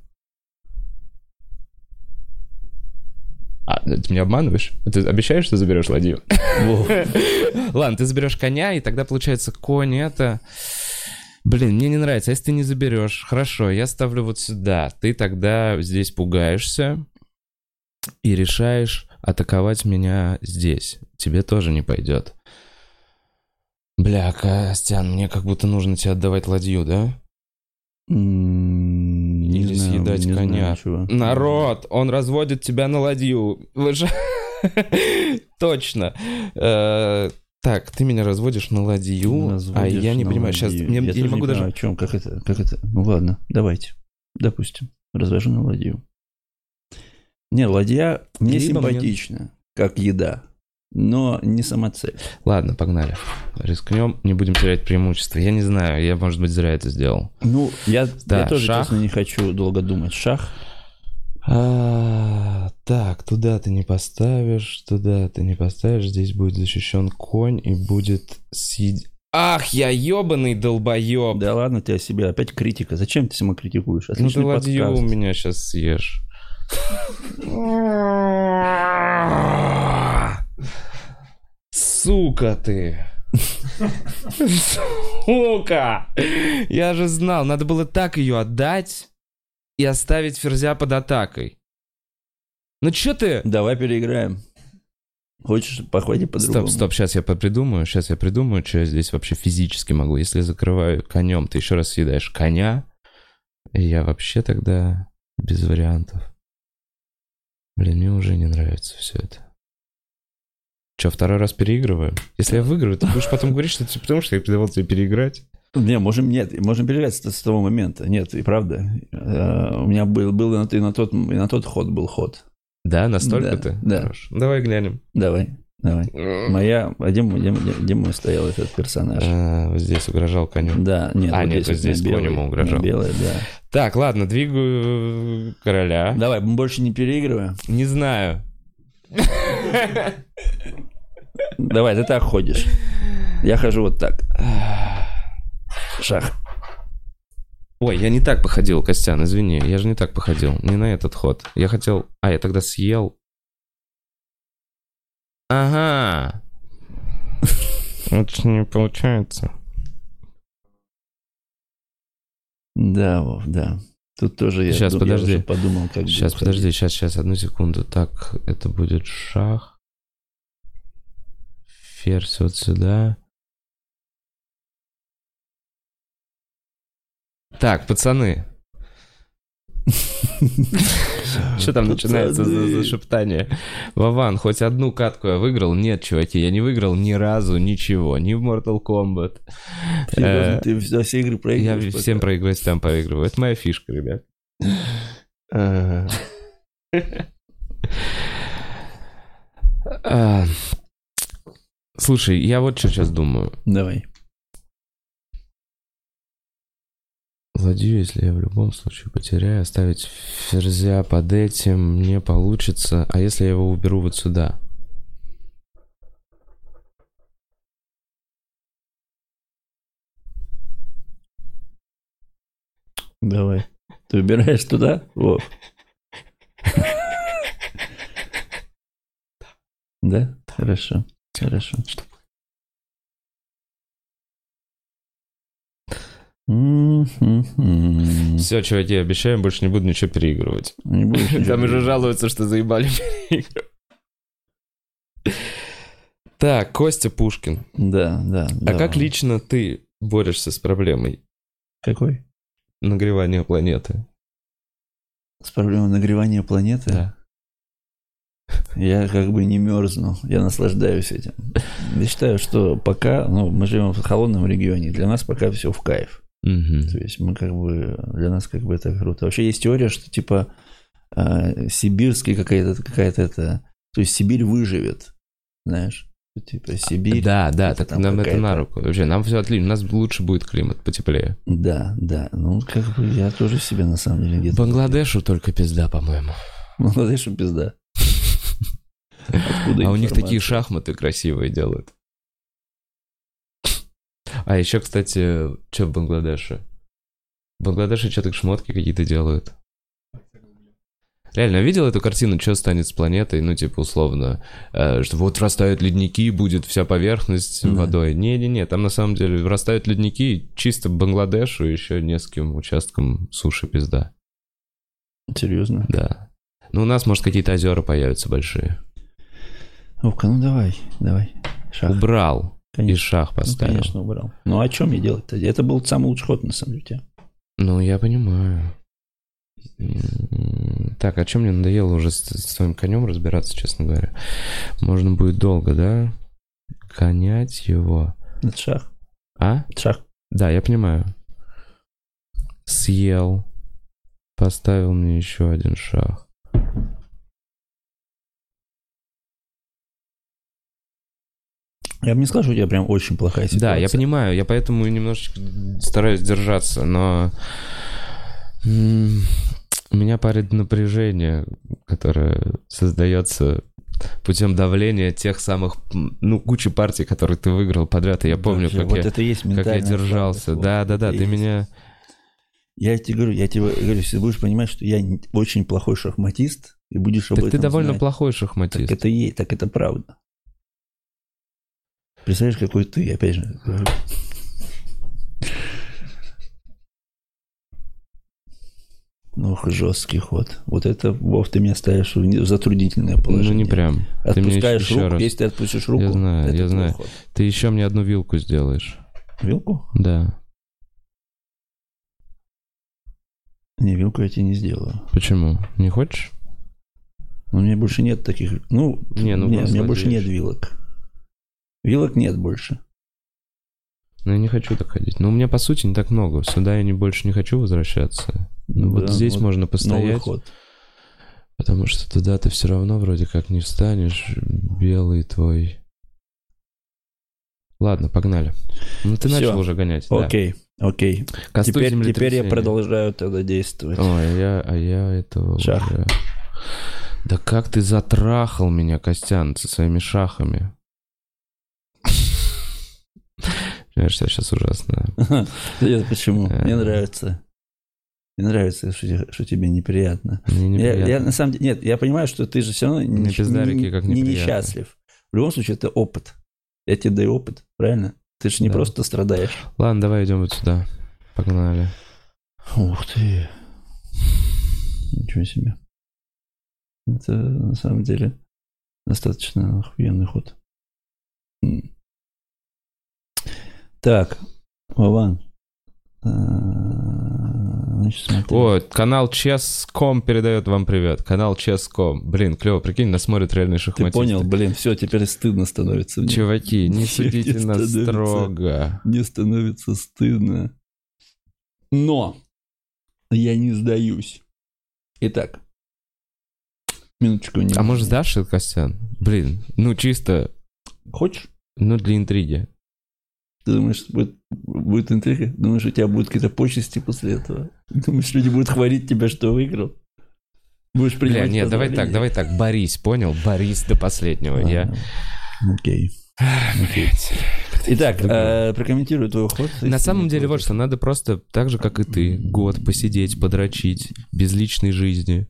А, ты меня обманываешь? Ты обещаешь, что заберешь ладью? Ладно, ты заберешь коня, и тогда получается конь это... Блин, мне не нравится. А если ты не заберешь? Хорошо, я ставлю вот сюда. Ты тогда здесь пугаешься и решаешь атаковать меня здесь. Тебе тоже не пойдет. Бля, Костян, мне как будто нужно тебе отдавать ладью, да? Или съедать коня. Народ, он разводит тебя на ладью. Вы же... Точно. Так, ты меня разводишь на ладью, а я не понимаю. Сейчас я не могу даже... О чем? Как это? Ну ладно, давайте. Допустим, развожу на ладью. Не, ладья мне симпатична, как еда, но не самоцель. Ладно, погнали. Рискнем, не будем терять преимущество. Я не знаю, я, может быть, зря это сделал. Ну, я тоже, шах. честно, не хочу долго думать. Шах. Так, туда ты не поставишь, здесь будет защищен конь и будет Ах, я ебаный долбоеб! Да ладно, ты о себе опять критика. Зачем ты самокритикуешь? Ну Отличный ты ладью подкаст. у меня сейчас съешь. Сука ты! Сука! Я же знал, надо было так ее отдать и оставить ферзя под атакой. Ну чё ты? Давай переиграем. Хочешь, походи по-другому. Стоп, сейчас я придумаю, что я здесь вообще физически могу. Если я закрываю конем, ты еще раз съедаешь коня, и я вообще тогда без вариантов. Блин, мне уже не нравится все это. Че, второй раз переигрываю? Если я выиграю, ты будешь потом говорить, что это потому, что я предавал тебе переиграть? Можем переиграть с того момента. Нет, и правда. У меня был и на тот ход был ход. Да, настолько Да, ты? да. Хорошо. Давай глянем. Давай. Где мой стоял этот персонаж? Вот здесь угрожал коню. Да, нет. Нет, вот здесь конь ему угрожал. Белый, да. Так, ладно, двигаю короля. Давай, мы больше не переигрываем. Не знаю. Давай, ты так ходишь. Я хожу вот так. Шах. Ой, я не так походил, Костян, извини. Я же не так походил. Не на этот ход. Я хотел... я тогда съел. Ага. Это не получается. Да, Вов, да. Тут тоже Сейчас, я подожди. уже подумал, как Сейчас, бы подожди, сейчас, одну секунду. Так, это будет шах. Ферзь вот сюда. Так, пацаны. Что там начинается за шептание? Вован, хоть одну катку я выиграл? Нет, чуваки, я не выиграл ни разу ничего. Ни в Mortal Kombat. Ты все игры проигрываешь. Я всем про там проигрываю. Это моя фишка, ребят. Слушай, я вот что сейчас думаю. Давай. Ладью, если я в любом случае потеряю, оставить ферзя под этим не получится. А если я его уберу вот сюда? Давай. Ты убираешь туда? Вов. Да? Хорошо. Хорошо. Все, чуваки, обещаем, больше не буду ничего переигрывать. Не будешь ничего Там уже переигрывать. жалуются, что заебали переигрывать. Так, Костя Пушкин. Да. А давай. как лично ты борешься с проблемой Какой? нагревания планеты? С проблемой нагревания планеты? Да. Я как бы не мерзну, я наслаждаюсь этим. Я считаю, что пока, мы живем в холодном регионе, для нас пока все в кайф. Мгм. То есть мы как бы, для нас как бы это круто. Вообще есть теория, что типа сибирский какая-то это, то есть Сибирь выживет, знаешь, типа Сибирь. Да, это так там нам это какая-то- на руку. Вообще, нам все отлично, у нас лучше будет климат, потеплее. Да, как бы я тоже себе на самом деле где-то... Бангладешу только пизда, по-моему. Бангладеш и пизда. Откуда А у них такие информация? шахматы красивые делают. А еще, кстати, что в Бангладеше? В Бангладеше что-то шмотки какие-то делают. Реально, видел эту картину, что станет с планетой, ну, типа, условно, что вот врастают ледники, будет вся поверхность Да. водой. Не-не-не, там на самом деле врастают ледники чисто Бангладешу и еще нескольким участкам суши пизда. Серьезно? Да. Ну, у нас, может, какие-то озера появятся большие. Вовка, ну давай. Шах. Убрал и Конечно. шах Ну, поставил. конечно, убрал. Ну, а что мне делать-то? Это был самый лучший ход, на самом деле. Ну, я понимаю. Так, а что мне надоело уже с твоим конем разбираться, честно говоря? Можно будет долго, да? Гонять его. Это шах. А? Это шах. Да, я понимаю. Съел. Поставил мне еще один шах. Я бы не сказал, что у тебя прям очень плохая ситуация. Да, я понимаю, я поэтому немножечко стараюсь держаться, но меня парит напряжение, которое создается путем давления тех самых, ну, кучи партий, которые ты выиграл подряд, и я помню, Вообще, как, вот я, это и есть как я ментальная держался. слабость, Да-да-да, это и ты есть. меня... Я тебе говорю, если ты будешь понимать, что я очень плохой шахматист, и будешь об Так этом ты довольно знать, плохой так шахматист. это и есть, так это правда. Представляешь, какой ты, опять же, говорю. Ох, жесткий ход. Вот это, Вов, ты меня ставишь в затруднительное Ну, положение. не прям. Ты мне Отпускаешь еще руку, раз. если ты отпустишь руку, Я знаю, это я твой знаю. ход. Ты еще мне одну вилку сделаешь. Вилку? Да. Не, вилку я тебе не сделаю. Почему? Не хочешь? Но у меня больше нет таких... Ну, Не, ну, у меня просто больше нет надеюсь. вилок. Вилок нет больше. Ну, я не хочу так ходить. Но у меня, по сути, не так много. Сюда я больше не хочу возвращаться. Ну, вот Да, здесь вот можно Новый постоять, ход. потому что туда ты все равно вроде как не встанешь. Белый твой. Ладно, погнали. Ну, ты Всё. начал уже гонять. Да. Окей. Кастуй Теперь я землетрясение. продолжаю тогда действовать. Ой, я этого Шах. уже... Да как ты затрахал меня, Костян, со своими шахами. Понимаешь, я сейчас ужасно. Почему? Мне нравится. Мне нравится, что тебе неприятно. Мне неприятно. Я на самом деле... Нет, я понимаю, что ты же все равно Мне пиздарики как не неприятно. несчастлив. В любом случае, это опыт. Я тебе даю опыт, правильно? Ты же не Да. просто страдаешь. Ладно, давай идем вот сюда. Погнали. Ух ты. Ничего себе. Это на самом деле достаточно охуенный ход. Так, Вован. Значит, смотри. О, канал Chess.com передает вам привет. Канал Chess.com. Блин, клево, прикинь, нас смотрят реальные Ты шахматисты. понял, блин, все, теперь стыдно становится. Мне. Чуваки, не Мне судите нас становится- строго. Мне становится стыдно. Но я не сдаюсь. Итак. Минуточку. А может сдашь, Костян? Блин, ну чисто, Хочешь? ну для интриги. Ты думаешь, будет интрига? Думаешь, у тебя будут какие-то почести после этого? Думаешь, люди будут хвалить тебя, что выиграл? Будешь Бля, принимать нет, поздравления? давай так, борись, понял? Борись до последнего. Я... Ладно. Окей. Итак, прокомментирую твой ход. На самом деле, вот что, надо просто так же, как и ты, год посидеть, подрочить, без личной жизни.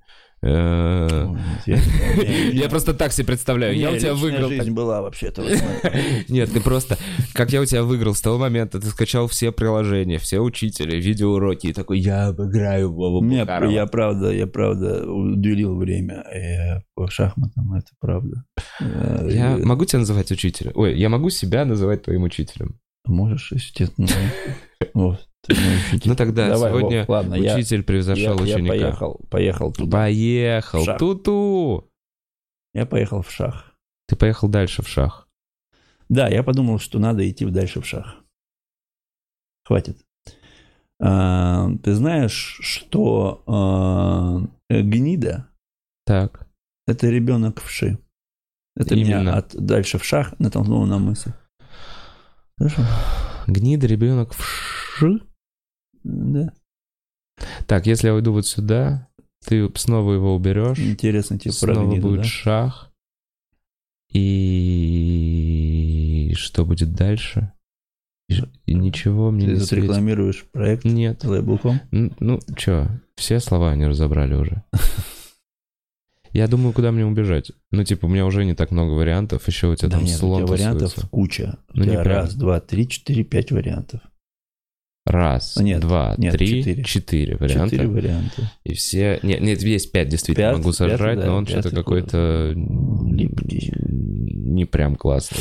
Я просто так себе представляю. Я у тебя выиграл. жизнь была вообще-то. Нет, ты просто... Как я у тебя выиграл с того момента, ты скачал все приложения, все учители, видеоуроки, и такой, я обыграю Вову Бухарова. Я правда уделил время по шахматам, это правда. Я могу тебя называть учителем? Ой, я могу себя называть твоим учителем. Можешь, если тебе... Вот, ты мой учитель. Ну тогда Давай, сегодня Вов, ладно, учитель превзошел я ученика. поехал туда. Поехал. В шах. Ту-ту. Я поехал в шах. Ты поехал дальше в шах. Да, я подумал, что надо идти дальше в шах. Хватит. Ты знаешь, что гнида Так. – это ребенок вши. Это Именно. меня дальше в шах натолкнуло на мысль. Хорошо? Гнида, ребенок в ши. Да. Так, если я уйду вот сюда, ты снова его уберешь. Интересно, тебе про Снова гниду, будет да? шах. И что будет дальше? И ничего мне Ты не тут светит. рекламируешь проект Нет. Label.com? Ну, чё, все слова они разобрали уже. Я думаю, куда мне убежать. Ну, типа, у меня уже не так много вариантов. Еще у тебя Да там нет, у слон тебя вариантов тусуется. куча. У Ну, не тебя прям. 1, 2, 3, 4, 5 вариантов. Раз, Нет, два, нет, три, 4. четыре варианта. 4 варианта. И все... Нет, есть 5, действительно, Пятый, могу сожрать, да, но он что-то пятый какой-то липкий. не прям классный.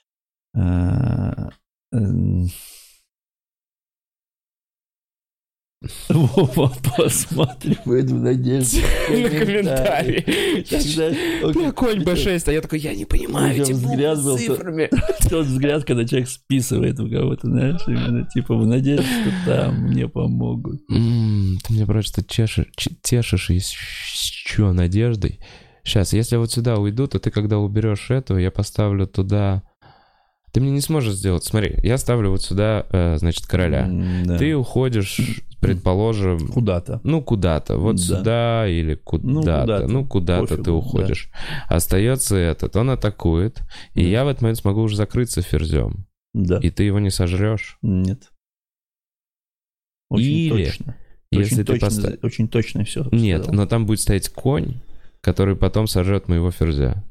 Вова посматривает в надежде. На комментарии. Когда Конь B6, а я такой, я не понимаю Причем эти взгляд буквы был с цифрами. тот взгляд, когда человек списывает у кого-то, знаешь, именно типа в надежде, что там мне помогут. Ты меня просто тешишь еще надеждой. Сейчас, если я вот сюда уйду, то ты когда уберешь эту, я поставлю туда... Ты мне не сможешь сделать... Смотри, я ставлю вот сюда, значит, короля. Да. Ты уходишь, предположим... Куда-то. Ну, куда-то. Вот Да. сюда или куда-то. Ну, куда-то Пофигу, ты уходишь. Остается этот, он атакует. И я в этот момент смогу уже закрыться ферзем. Да. И ты его не сожрешь. Нет. Очень Или, точно. если Очень ты точно, поставишь... очень точно все. Нет, но там будет стоять конь, который потом сожрет моего ферзя.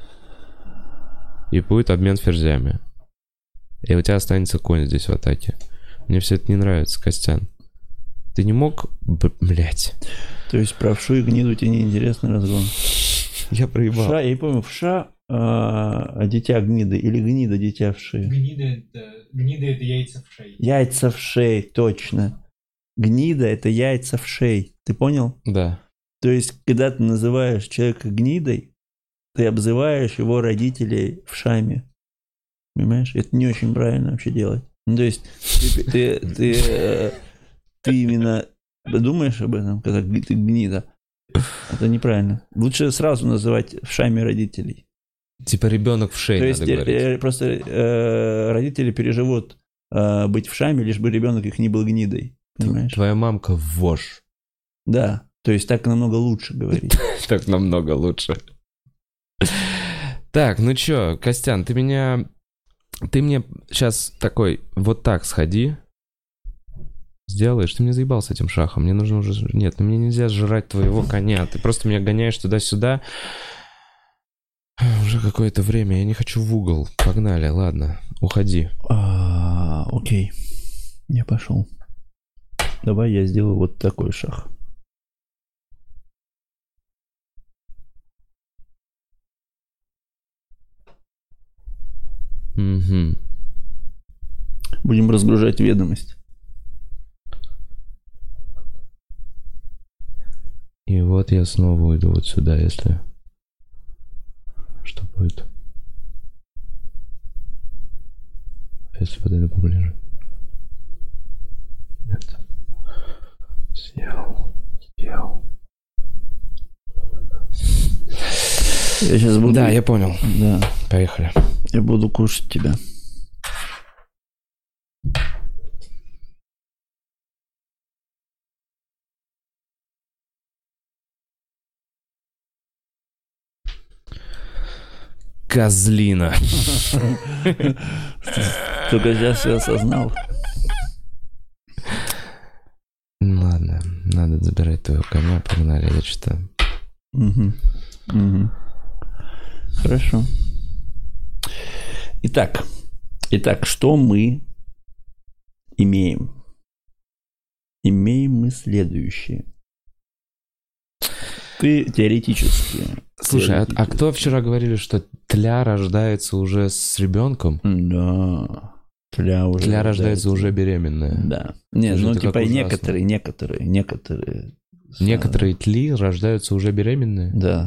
И будет обмен ферзями. И у тебя останется конь здесь в атаке. Мне все это не нравится, Костян. Ты не мог... Блять. То есть про вшу и гниду тебе неинтересный разгон. Я проебал. Вша, я не помню, вша дитя гниды или гнида дитя вши. Гнида это яйца в шее. Яйца вшей, точно. Гнида — это яйца вшей. Ты понял? Да. То есть, когда ты называешь человека гнидой, ты обзываешь его родителей вшами. Понимаешь? Это не очень правильно вообще делать. Ну, то есть, ты именно думаешь об этом, когда ты гнида. Это неправильно. Лучше сразу называть вшами родителей. Типа ребенок в шее, То надо есть, говорить. просто родители переживут быть вшами, лишь бы ребенок их не был гнидой. Понимаешь? Твоя мамка вошь. Да. То есть, так намного лучше говорить. Так намного лучше. Так, ну чё, Костян, ты мне сейчас такой, вот так сходи. Сделаешь, ты мне заебал с этим шахом. Мне нужно уже... Нет, ну мне нельзя жрать твоего коня. Ты просто меня гоняешь туда-сюда. Уже какое-то время. Я не хочу в угол. Погнали, ладно. Уходи. Окей. Я пошел. Давай я сделаю вот такой шаг. Угу. Будем разгружать ведомость. И вот я снова уйду вот сюда, если... Что будет? Если подойду поближе. Нет. Съел. Я сейчас буду... Да, я понял. Да. Поехали. Я буду кушать тебя. Козлина. Только сейчас я осознал. Ладно, надо забирать твоего коня. Погнали, я читаю. Угу. Хорошо. Итак, что мы имеем? Имеем мы следующее. Ты теоретически... Слушай, а кто вчера говорили, что тля рождается уже с ребенком? Да. Тля рождается уже беременная. Да. Нет, Слушай, ну это типа как ужасно. некоторые. Некоторые тли рождаются уже беременные? Да.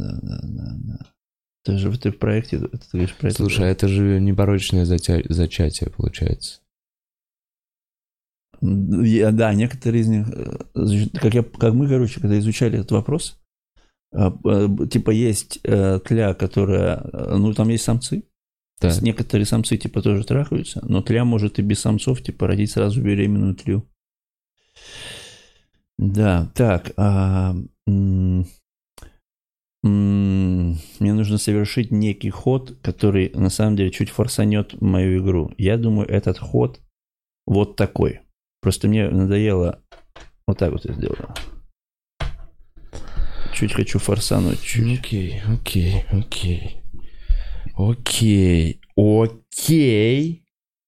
Ты же в проекте... Ты говоришь про это. Слушай, а это же непорочное зачатие получается. Да, некоторые из них... Как мы, короче, когда изучали этот вопрос, типа есть тля, которая... Ну, там есть самцы. Да. Некоторые самцы, типа, тоже трахаются, но тля может и без самцов, типа, родить сразу беременную тлю. Да, так. Мне нужно совершить некий ход, который на самом деле чуть форсанет мою игру. Я думаю, этот ход вот такой. Просто мне надоело вот так вот я сделаю. Чуть хочу форсануть. Чуть. Окей.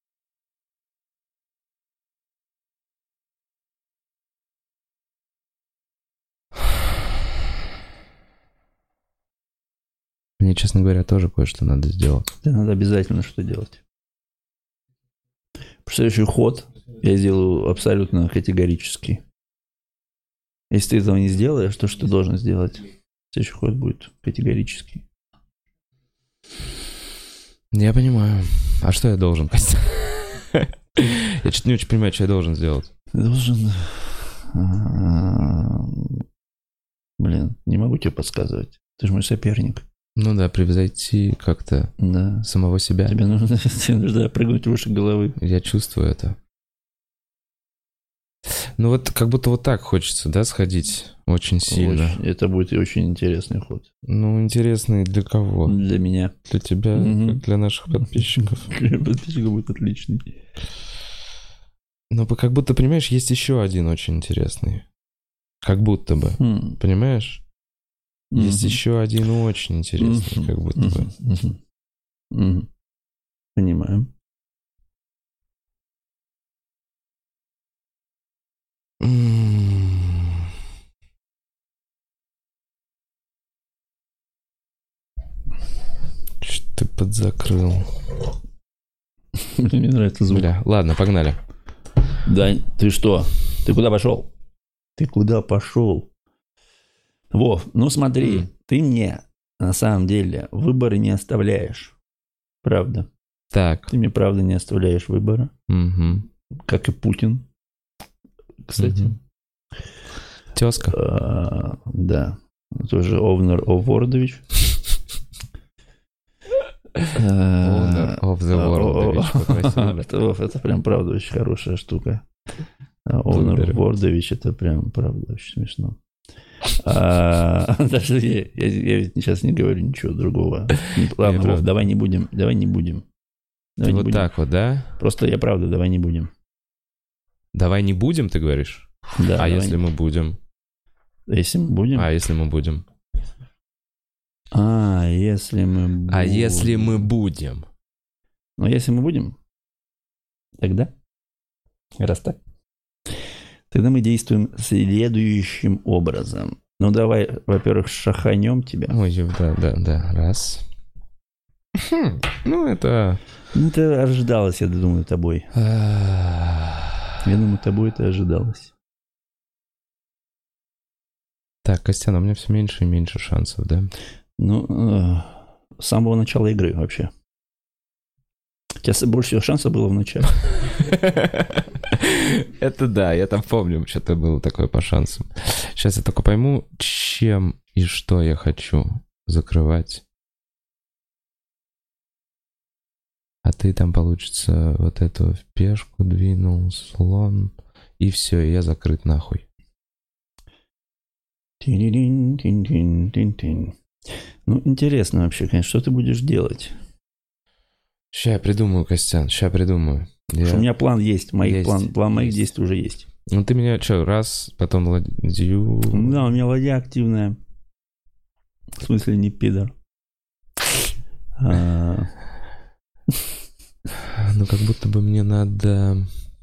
Мне, честно говоря, тоже кое-что надо сделать. Да, надо обязательно что делать. Следующий ход я сделаю абсолютно категорически. Если ты этого не сделаешь, то что ты должен сделать? Следующий ход будет категорический. Я понимаю. А что я должен, Костя? Я что-то не очень понимаю, что я должен сделать. Ты должен... Блин, не могу тебе подсказывать. Ты же мой соперник. Ну да, превзойти как-то самого себя. Тебе нужно прыгнуть выше головы. Я чувствую это. Ну вот как будто вот так хочется, да, сходить очень сильно. Это будет очень интересный ход. Ну, интересный для кого? Для меня. Для тебя, как для наших подписчиков. Для подписчиков будет отличный. Ну, как будто, понимаешь, есть еще один очень интересный. Как будто бы. Понимаешь? Есть еще один очень интересный, как будто бы. Понимаю. Что ты подзакрыл? Мне нравится звук. Бля, ладно, погнали. Да, ты что? Ты куда пошел? Ты куда пошел? Вов, ну смотри, ты мне на самом деле выборы не оставляешь. Правда. Так. Ты мне правда не оставляешь выбора. Как и Путин. Кстати. Тезка. Да. Тоже Овнер Овордович. Owner of the World. Это прям правда очень хорошая штука. Овнер Овордович, это прям правда очень смешно. Даже я ведь сейчас не говорю ничего другого. Ладно, Вов, давай не будем. Вот так вот, да? Просто я правда, давай не будем. Давай не будем, ты говоришь? Да. А если мы будем? Если мы будем? Если мы будем? Если мы будем? Если мы будем? Ну, если мы будем, тогда, раз так, тогда мы действуем следующим образом. Ну, давай, во-первых, шаханем тебя. Ой, да. Раз. Ну, это... Это ожидалось, я думаю, тобой. Я думаю, тобой это ожидалось. Так, Костян, у меня все меньше и меньше шансов, да? Ну, с самого начала игры вообще. У тебя больше всего шансов было в начале. Это да, я там помню, что-то было такое по шансам. Сейчас я только пойму, чем и что я хочу закрывать. А ты там, получится, вот эту пешку двинул, слон, и все, и я закрыт нахуй. Ну, интересно вообще, конечно, что ты будешь делать? Ща я придумаю, Костян, ща придумаю. У меня план есть, план моих есть. действий уже есть. Ну ты меня что, раз, потом ладью... Да, у меня ладья активная. В смысле, не пидор. Ну как будто бы мне надо...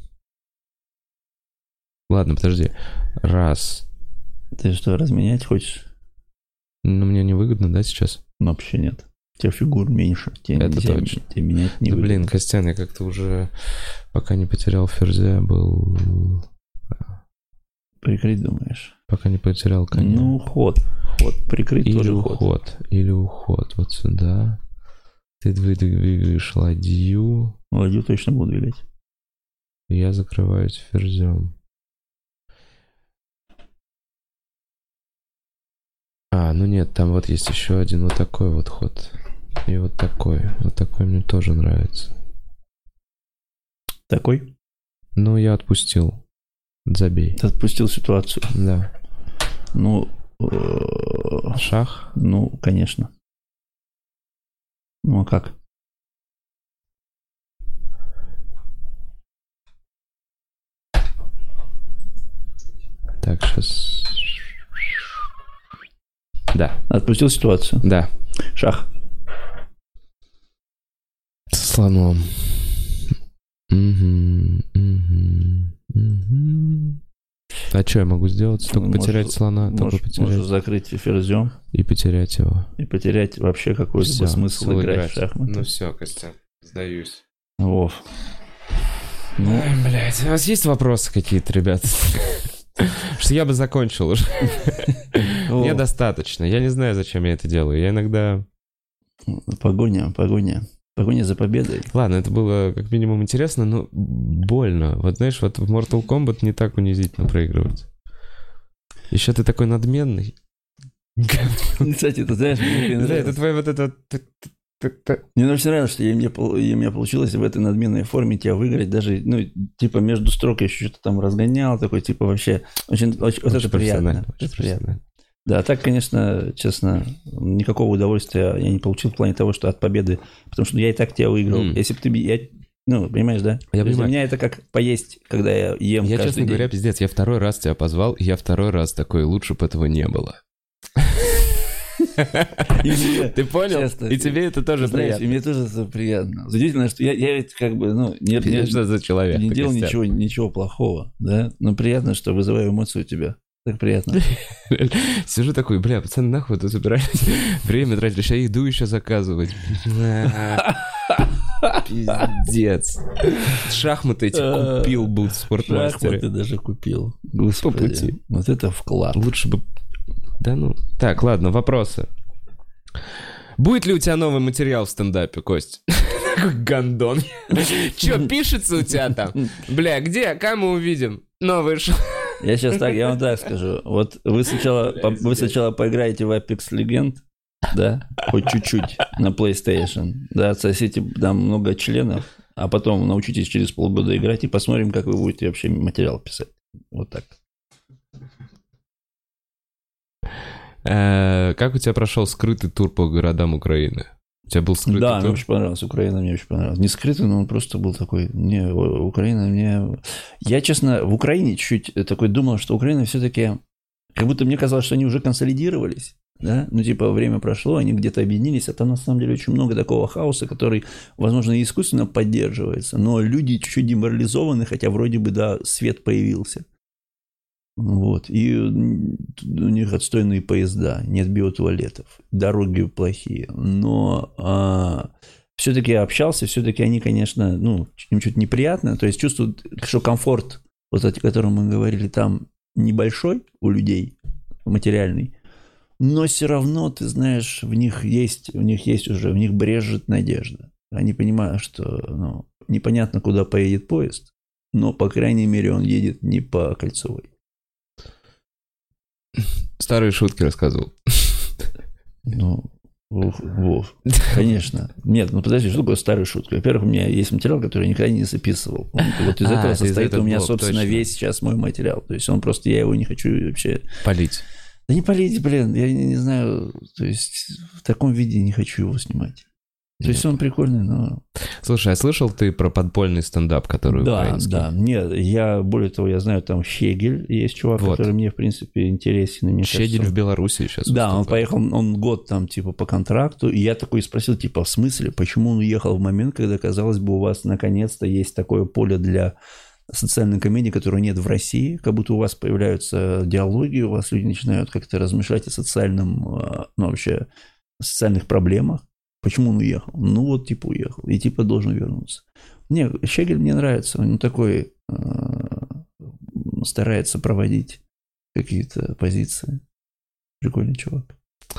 Ладно, подожди. Раз. Ты что, разменять хочешь? Ну мне невыгодно, да, сейчас? Ну, вообще нет. У тебя фигур меньше. Это точно. Тебе менять не выгодно. Блин, Костян, я как-то уже, пока не потерял ферзя, был... Прикрыть, думаешь? Пока не потерял коня. Ну, ход. Прикрыть или тоже уход. Или уход. Вот сюда. Ты двигаешь ладью. Ладью точно буду двигать. Я закрываюсь ферзем. Ну нет, там вот есть еще один вот такой вот ход. И вот такой. Вот такой мне тоже нравится. Такой? Ну, я отпустил. Забей. Ты отпустил ситуацию? Да. Ну, Шах? Ну, конечно. Ну, а как? Так, сейчас... Да. Отпустил ситуацию? Да. Шах. С слоном. А что я могу сделать? Только потерять слона, только потерять. Можешь закрыть ферзем. И потерять его. И потерять вообще какой-либо смысл играть в шахматы. Ну все, Костя, сдаюсь. Вов. Ну, Ой, блядь, у вас есть вопросы какие-то, ребята? Что я бы закончил уже. Мне достаточно. Я не знаю, зачем я это делаю. Я иногда... Погоня за победой. Ладно, это было как минимум интересно, но больно. Вот знаешь, вот в Mortal Kombat не так унизительно проигрывать. Еще ты такой надменный. Кстати, ты знаешь, Да, это твой вот этот... Мне очень нравится, что у меня получилось в этой надменной форме тебя выиграть, даже, ну, типа между строк я еще что-то там разгонял, такой, типа, вообще, очень вот это приятно. Это приятно. Да, так, конечно, честно, никакого удовольствия я не получил в плане того, что от победы, потому что я и так тебя выиграл. Если бы ты... Ну, понимаешь, да? Я понимаю. Для меня это как поесть, когда я ем Я, каждый честно день. говоря, пиздец, я второй раз тебя позвал, и я второй раз такой, лучше бы этого не было. Ты понял? Честно. И тебе это тоже Знаешь, приятно. и мне тоже это приятно. Удивительно, что я ведь как бы, ну, Что за человек? не делал Костян? ничего плохого, да? Но приятно, что вызываю эмоции у тебя. Так приятно. Сижу такой, бля, пацаны, нахуй тут собирались время тратили, сейчас еду еще заказывать. Пиздец. Шахматы эти купил был в спортмастере. Шахматы даже купил. Господи. По пути. Вот это вклад. Лучше бы... Да ну... Так, ладно, вопросы. Будет ли у тебя новый материал в стендапе, Кость? Какой гандон. Че, пишется у тебя там? Бля, где? Как мы увидим? Новый шоу. Я вам так скажу. Вот вы сначала поиграете в Apex Legends, да, хоть чуть-чуть на PlayStation, да, отсосите там много членов, а потом научитесь через полгода играть и посмотрим, как вы будете вообще материал писать. Вот так. Как у тебя прошел скрытый тур по городам Украины? У тебя был скрытый Да, тур? мне очень понравилось. Украина мне очень понравилась. Не скрытый, но он просто был такой... Украина мне... Я, честно, в Украине чуть-чуть такой думал, что Украина все-таки... Как будто мне казалось, что они уже консолидировались. Да? Ну, типа, время прошло, они где-то объединились, а там, на самом деле, очень много такого хаоса, который, возможно, и искусственно поддерживается, но люди чуть-чуть деморализованы, хотя вроде бы, да, свет появился. Вот. И у них отстойные поезда, нет биотуалетов, дороги плохие. Но все-таки я общался, все-таки они, конечно, ну, им чуть неприятно. То есть чувствуют, что комфорт, вот о котором мы говорили, там небольшой у людей, материальный. Но все равно, ты знаешь, в них брежет надежда. Они понимают, что непонятно, куда поедет поезд, но, по крайней мере, он едет не по Кольцевой. Старые шутки рассказывал. Ну, Вов, конечно. Нет, ну подожди, что такое старая шутка? Во-первых, у меня есть материал, который я никогда не записывал. Вот из этого состоит у меня, собственно, весь сейчас мой материал. То есть он просто, я его не хочу вообще... Палить. Да не палить, блин, я не знаю, то есть в таком виде не хочу его снимать. То есть он прикольный, но... Слушай, а слышал ты про подпольный стендап, который украинский? Да. Нет, более того, я знаю, там Щегель есть чувак, который мне, в принципе, интересен. Мне Щегель кажется, в Беларуси сейчас. Да, он поехал, он год там, типа, по контракту, и я такой спросил, типа, в смысле, почему он уехал в момент, когда, казалось бы, у вас наконец-то есть такое поле для социальной комедии, которой нет в России, как будто у вас появляются диалоги, у вас люди начинают как-то размышлять о социальном, вообще, о социальных проблемах. Почему он уехал? Ну, вот, типа, уехал. И, типа, должен вернуться. Не, Щегель мне нравится. Он такой старается проводить какие-то позиции. Прикольный чувак.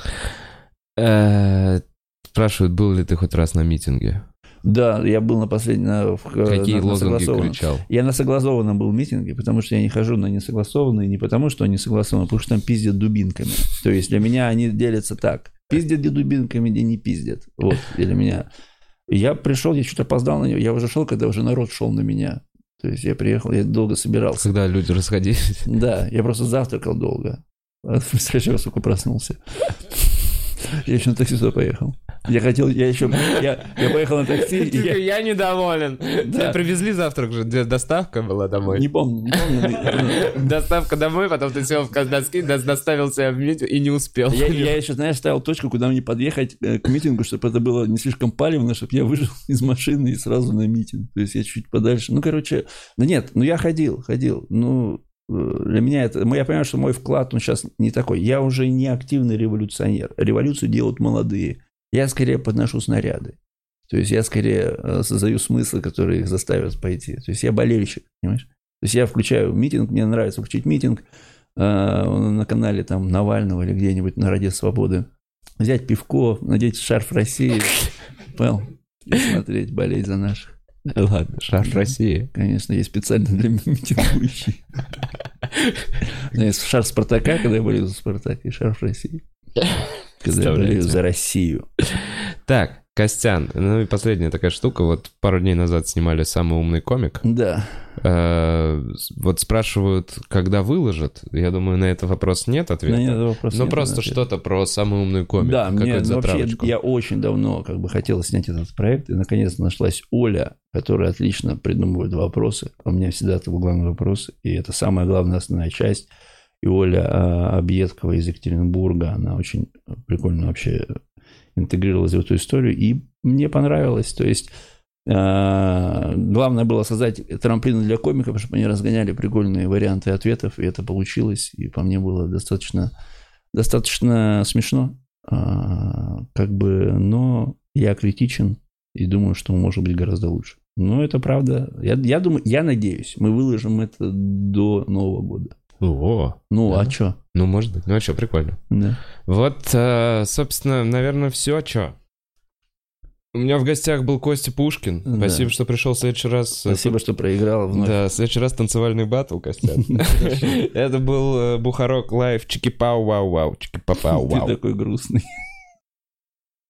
Спрашивают, был ли ты хоть раз на митинге? Да, я был на последнем... Какие лозунги кричал? Я на согласованном был митинге, потому что я не хожу на несогласованные, не потому что они согласованы, потому что там пиздят дубинками. То есть для меня они делятся так. Пиздят где дубинками, где не пиздят. Вот, для меня. Я пришел, я чуть опоздал на него. Я уже шел, когда уже народ шел на меня. То есть я приехал, я долго собирался. Когда люди расходились. Да, я просто завтракал долго. Представляешь, сколько проснулся. Я еще на такси сюда поехал. Я поехал на такси. Я недоволен. Тебе привезли завтрак же, доставка была домой. Не помню. Доставка домой, потом ты сел в Казанский, доставил себя в митинг и не успел. Я еще, знаешь, ставил точку, куда мне подъехать к митингу, чтобы это было не слишком палевно, чтобы я вышел из машины и сразу на митинг. То есть я чуть подальше. Я ходил. Для меня это... Я понимаю, что мой вклад, он сейчас не такой. Я уже не активный революционер. Революцию делают молодые. Я скорее подношу снаряды. То есть я скорее создаю смыслы, которые их заставят пойти. То есть я болельщик, понимаешь? То есть я включаю митинг, мне нравится включить митинг на канале там Навального или где-нибудь на Раде Свободы. Взять пивко, надеть шарф России, понял? И смотреть, болеть за наших. Ладно, шарф России. Конечно, есть специально для митингующих. Есть шарф Спартака, когда я болею за Спартак, и шарф России. Когда я болею за Россию. Так, Костян, ну и последняя такая штука. Вот пару дней назад снимали «Самый умный комик». Да. Вот спрашивают, когда выложат. Я думаю, на этот вопрос нет ответа. Нет вопроса. Но просто что-то про «Самый умный комик». Да, мне вообще, я очень давно хотел снять этот проект, и наконец нашла Оля, которая отлично придумывает вопросы. У меня всегда это был главный вопрос, и это самая главная основная часть. И Оля Объедкова из Екатеринбурга, она очень прикольно вообще интегрировалась в эту историю, и мне понравилось. То есть главное было создать трамплины для комиков, чтобы они разгоняли прикольные варианты ответов, и это получилось, и по мне было достаточно смешно, но я критичен и думаю, что может быть гораздо лучше. Но это правда. Я думаю, я надеюсь, мы выложим это до Нового года. О, да. А что? Ну, может быть. Ну, а что, прикольно. Да. Вот, собственно, наверное, все. Что? У меня в гостях был Костя Пушкин. Да. Спасибо, что пришел в следующий раз. Спасибо, что проиграл вновь. Да, в следующий раз танцевальный баттл, Костян. Это был Бухарок Лайв. Чики-пау-вау-вау. Чики-пау-вау. Ты такой грустный.